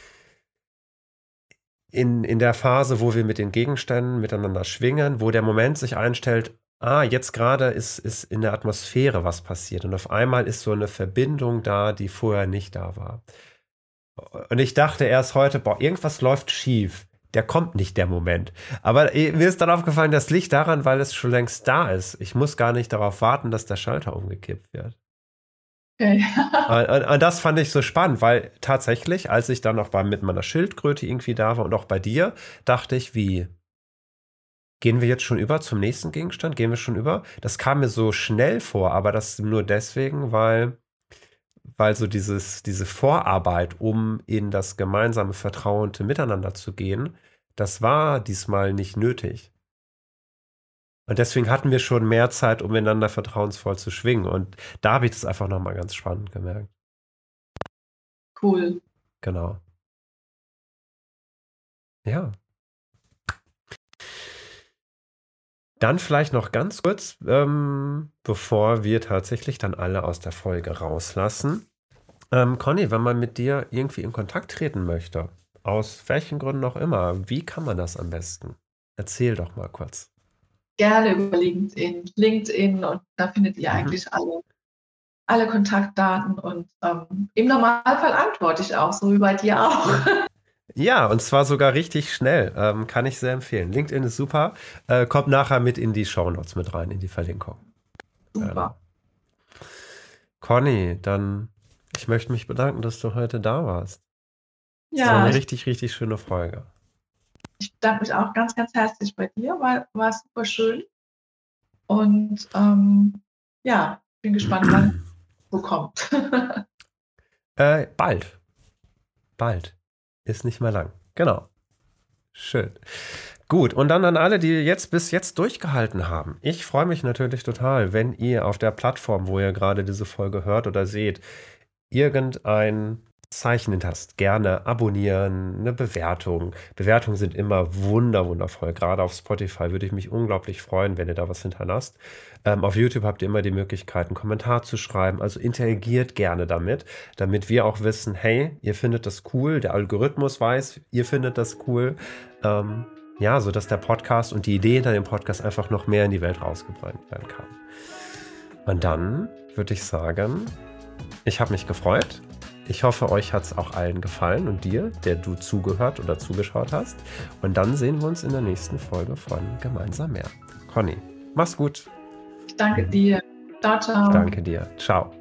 in, in der Phase, wo wir mit den Gegenständen miteinander schwingen, wo der Moment sich einstellt, ah, jetzt gerade ist, ist in der Atmosphäre was passiert. Und auf einmal ist so eine Verbindung da, die vorher nicht da war. Und ich dachte erst heute, boah, irgendwas läuft schief. Der kommt nicht, der Moment. Aber eh, mir ist dann aufgefallen, das liegt daran, weil es schon längst da ist. Ich muss gar nicht darauf warten, dass der Schalter umgekippt wird. Okay. Und, und, und das fand ich so spannend, weil tatsächlich, als ich dann noch bei, mit meiner Schildkröte irgendwie da war und auch bei dir, dachte ich, wie, gehen wir jetzt schon über zum nächsten Gegenstand? Gehen wir schon über? Das kam mir so schnell vor, aber das nur deswegen, weil weil so dieses, diese Vorarbeit, um in das gemeinsame vertraute Miteinander zu gehen, das war diesmal nicht nötig. Und deswegen hatten wir schon mehr Zeit, um miteinander vertrauensvoll zu schwingen. Und da habe ich das einfach nochmal ganz spannend gemerkt. Cool. Genau. Ja. Dann vielleicht noch ganz kurz, ähm, bevor wir tatsächlich dann alle aus der Folge rauslassen. Ähm, Conny, wenn man mit dir irgendwie in Kontakt treten möchte, aus welchen Gründen auch immer, wie kann man das am besten? Erzähl doch mal kurz. Gerne über LinkedIn. LinkedIn und da findet ihr Mhm. eigentlich alle, alle Kontaktdaten und ähm, im Normalfall antworte ich auch, so wie bei dir auch. Ja, und zwar sogar richtig schnell. Ähm, kann ich sehr empfehlen. LinkedIn ist super. Äh, kommt nachher mit in die Shownotes mit rein, in die Verlinkung. Super. Genau. Conny, dann, ich möchte mich bedanken, dass du heute da warst. Das war Ja, eine ich, richtig, richtig schöne Folge. ich bedanke mich auch ganz, ganz herzlich bei dir, war, war super schön. Und ähm, ja, bin gespannt, wann es so kommt. Äh, bald. Bald. Ist nicht mehr lang. Genau. Schön. Gut, und dann an alle, die jetzt bis jetzt durchgehalten haben. Ich freue mich natürlich total, wenn ihr auf der Plattform, wo ihr gerade diese Folge hört oder seht, irgendein Zeichen hinterst, gerne abonnieren, eine Bewertung. Bewertungen sind immer wunder, wundervoll. Gerade auf Spotify würde ich mich unglaublich freuen, wenn ihr da was hinterlasst. Ähm, auf YouTube habt ihr immer die Möglichkeit, einen Kommentar zu schreiben. Also interagiert gerne damit, damit wir auch wissen, hey, ihr findet das cool, der Algorithmus weiß, ihr findet das cool. Ähm, ja, sodass der Podcast und die Idee hinter dem Podcast einfach noch mehr in die Welt rausgebracht werden kann. Und dann würde ich sagen, ich habe mich gefreut. Ich hoffe, euch hat es auch allen gefallen und dir, der du zugehört oder zugeschaut hast. Und dann sehen wir uns in der nächsten Folge von Gemeinsam mehr. Conny, mach's gut. Ich danke dir. Ciao, ciao. Danke dir. Ciao.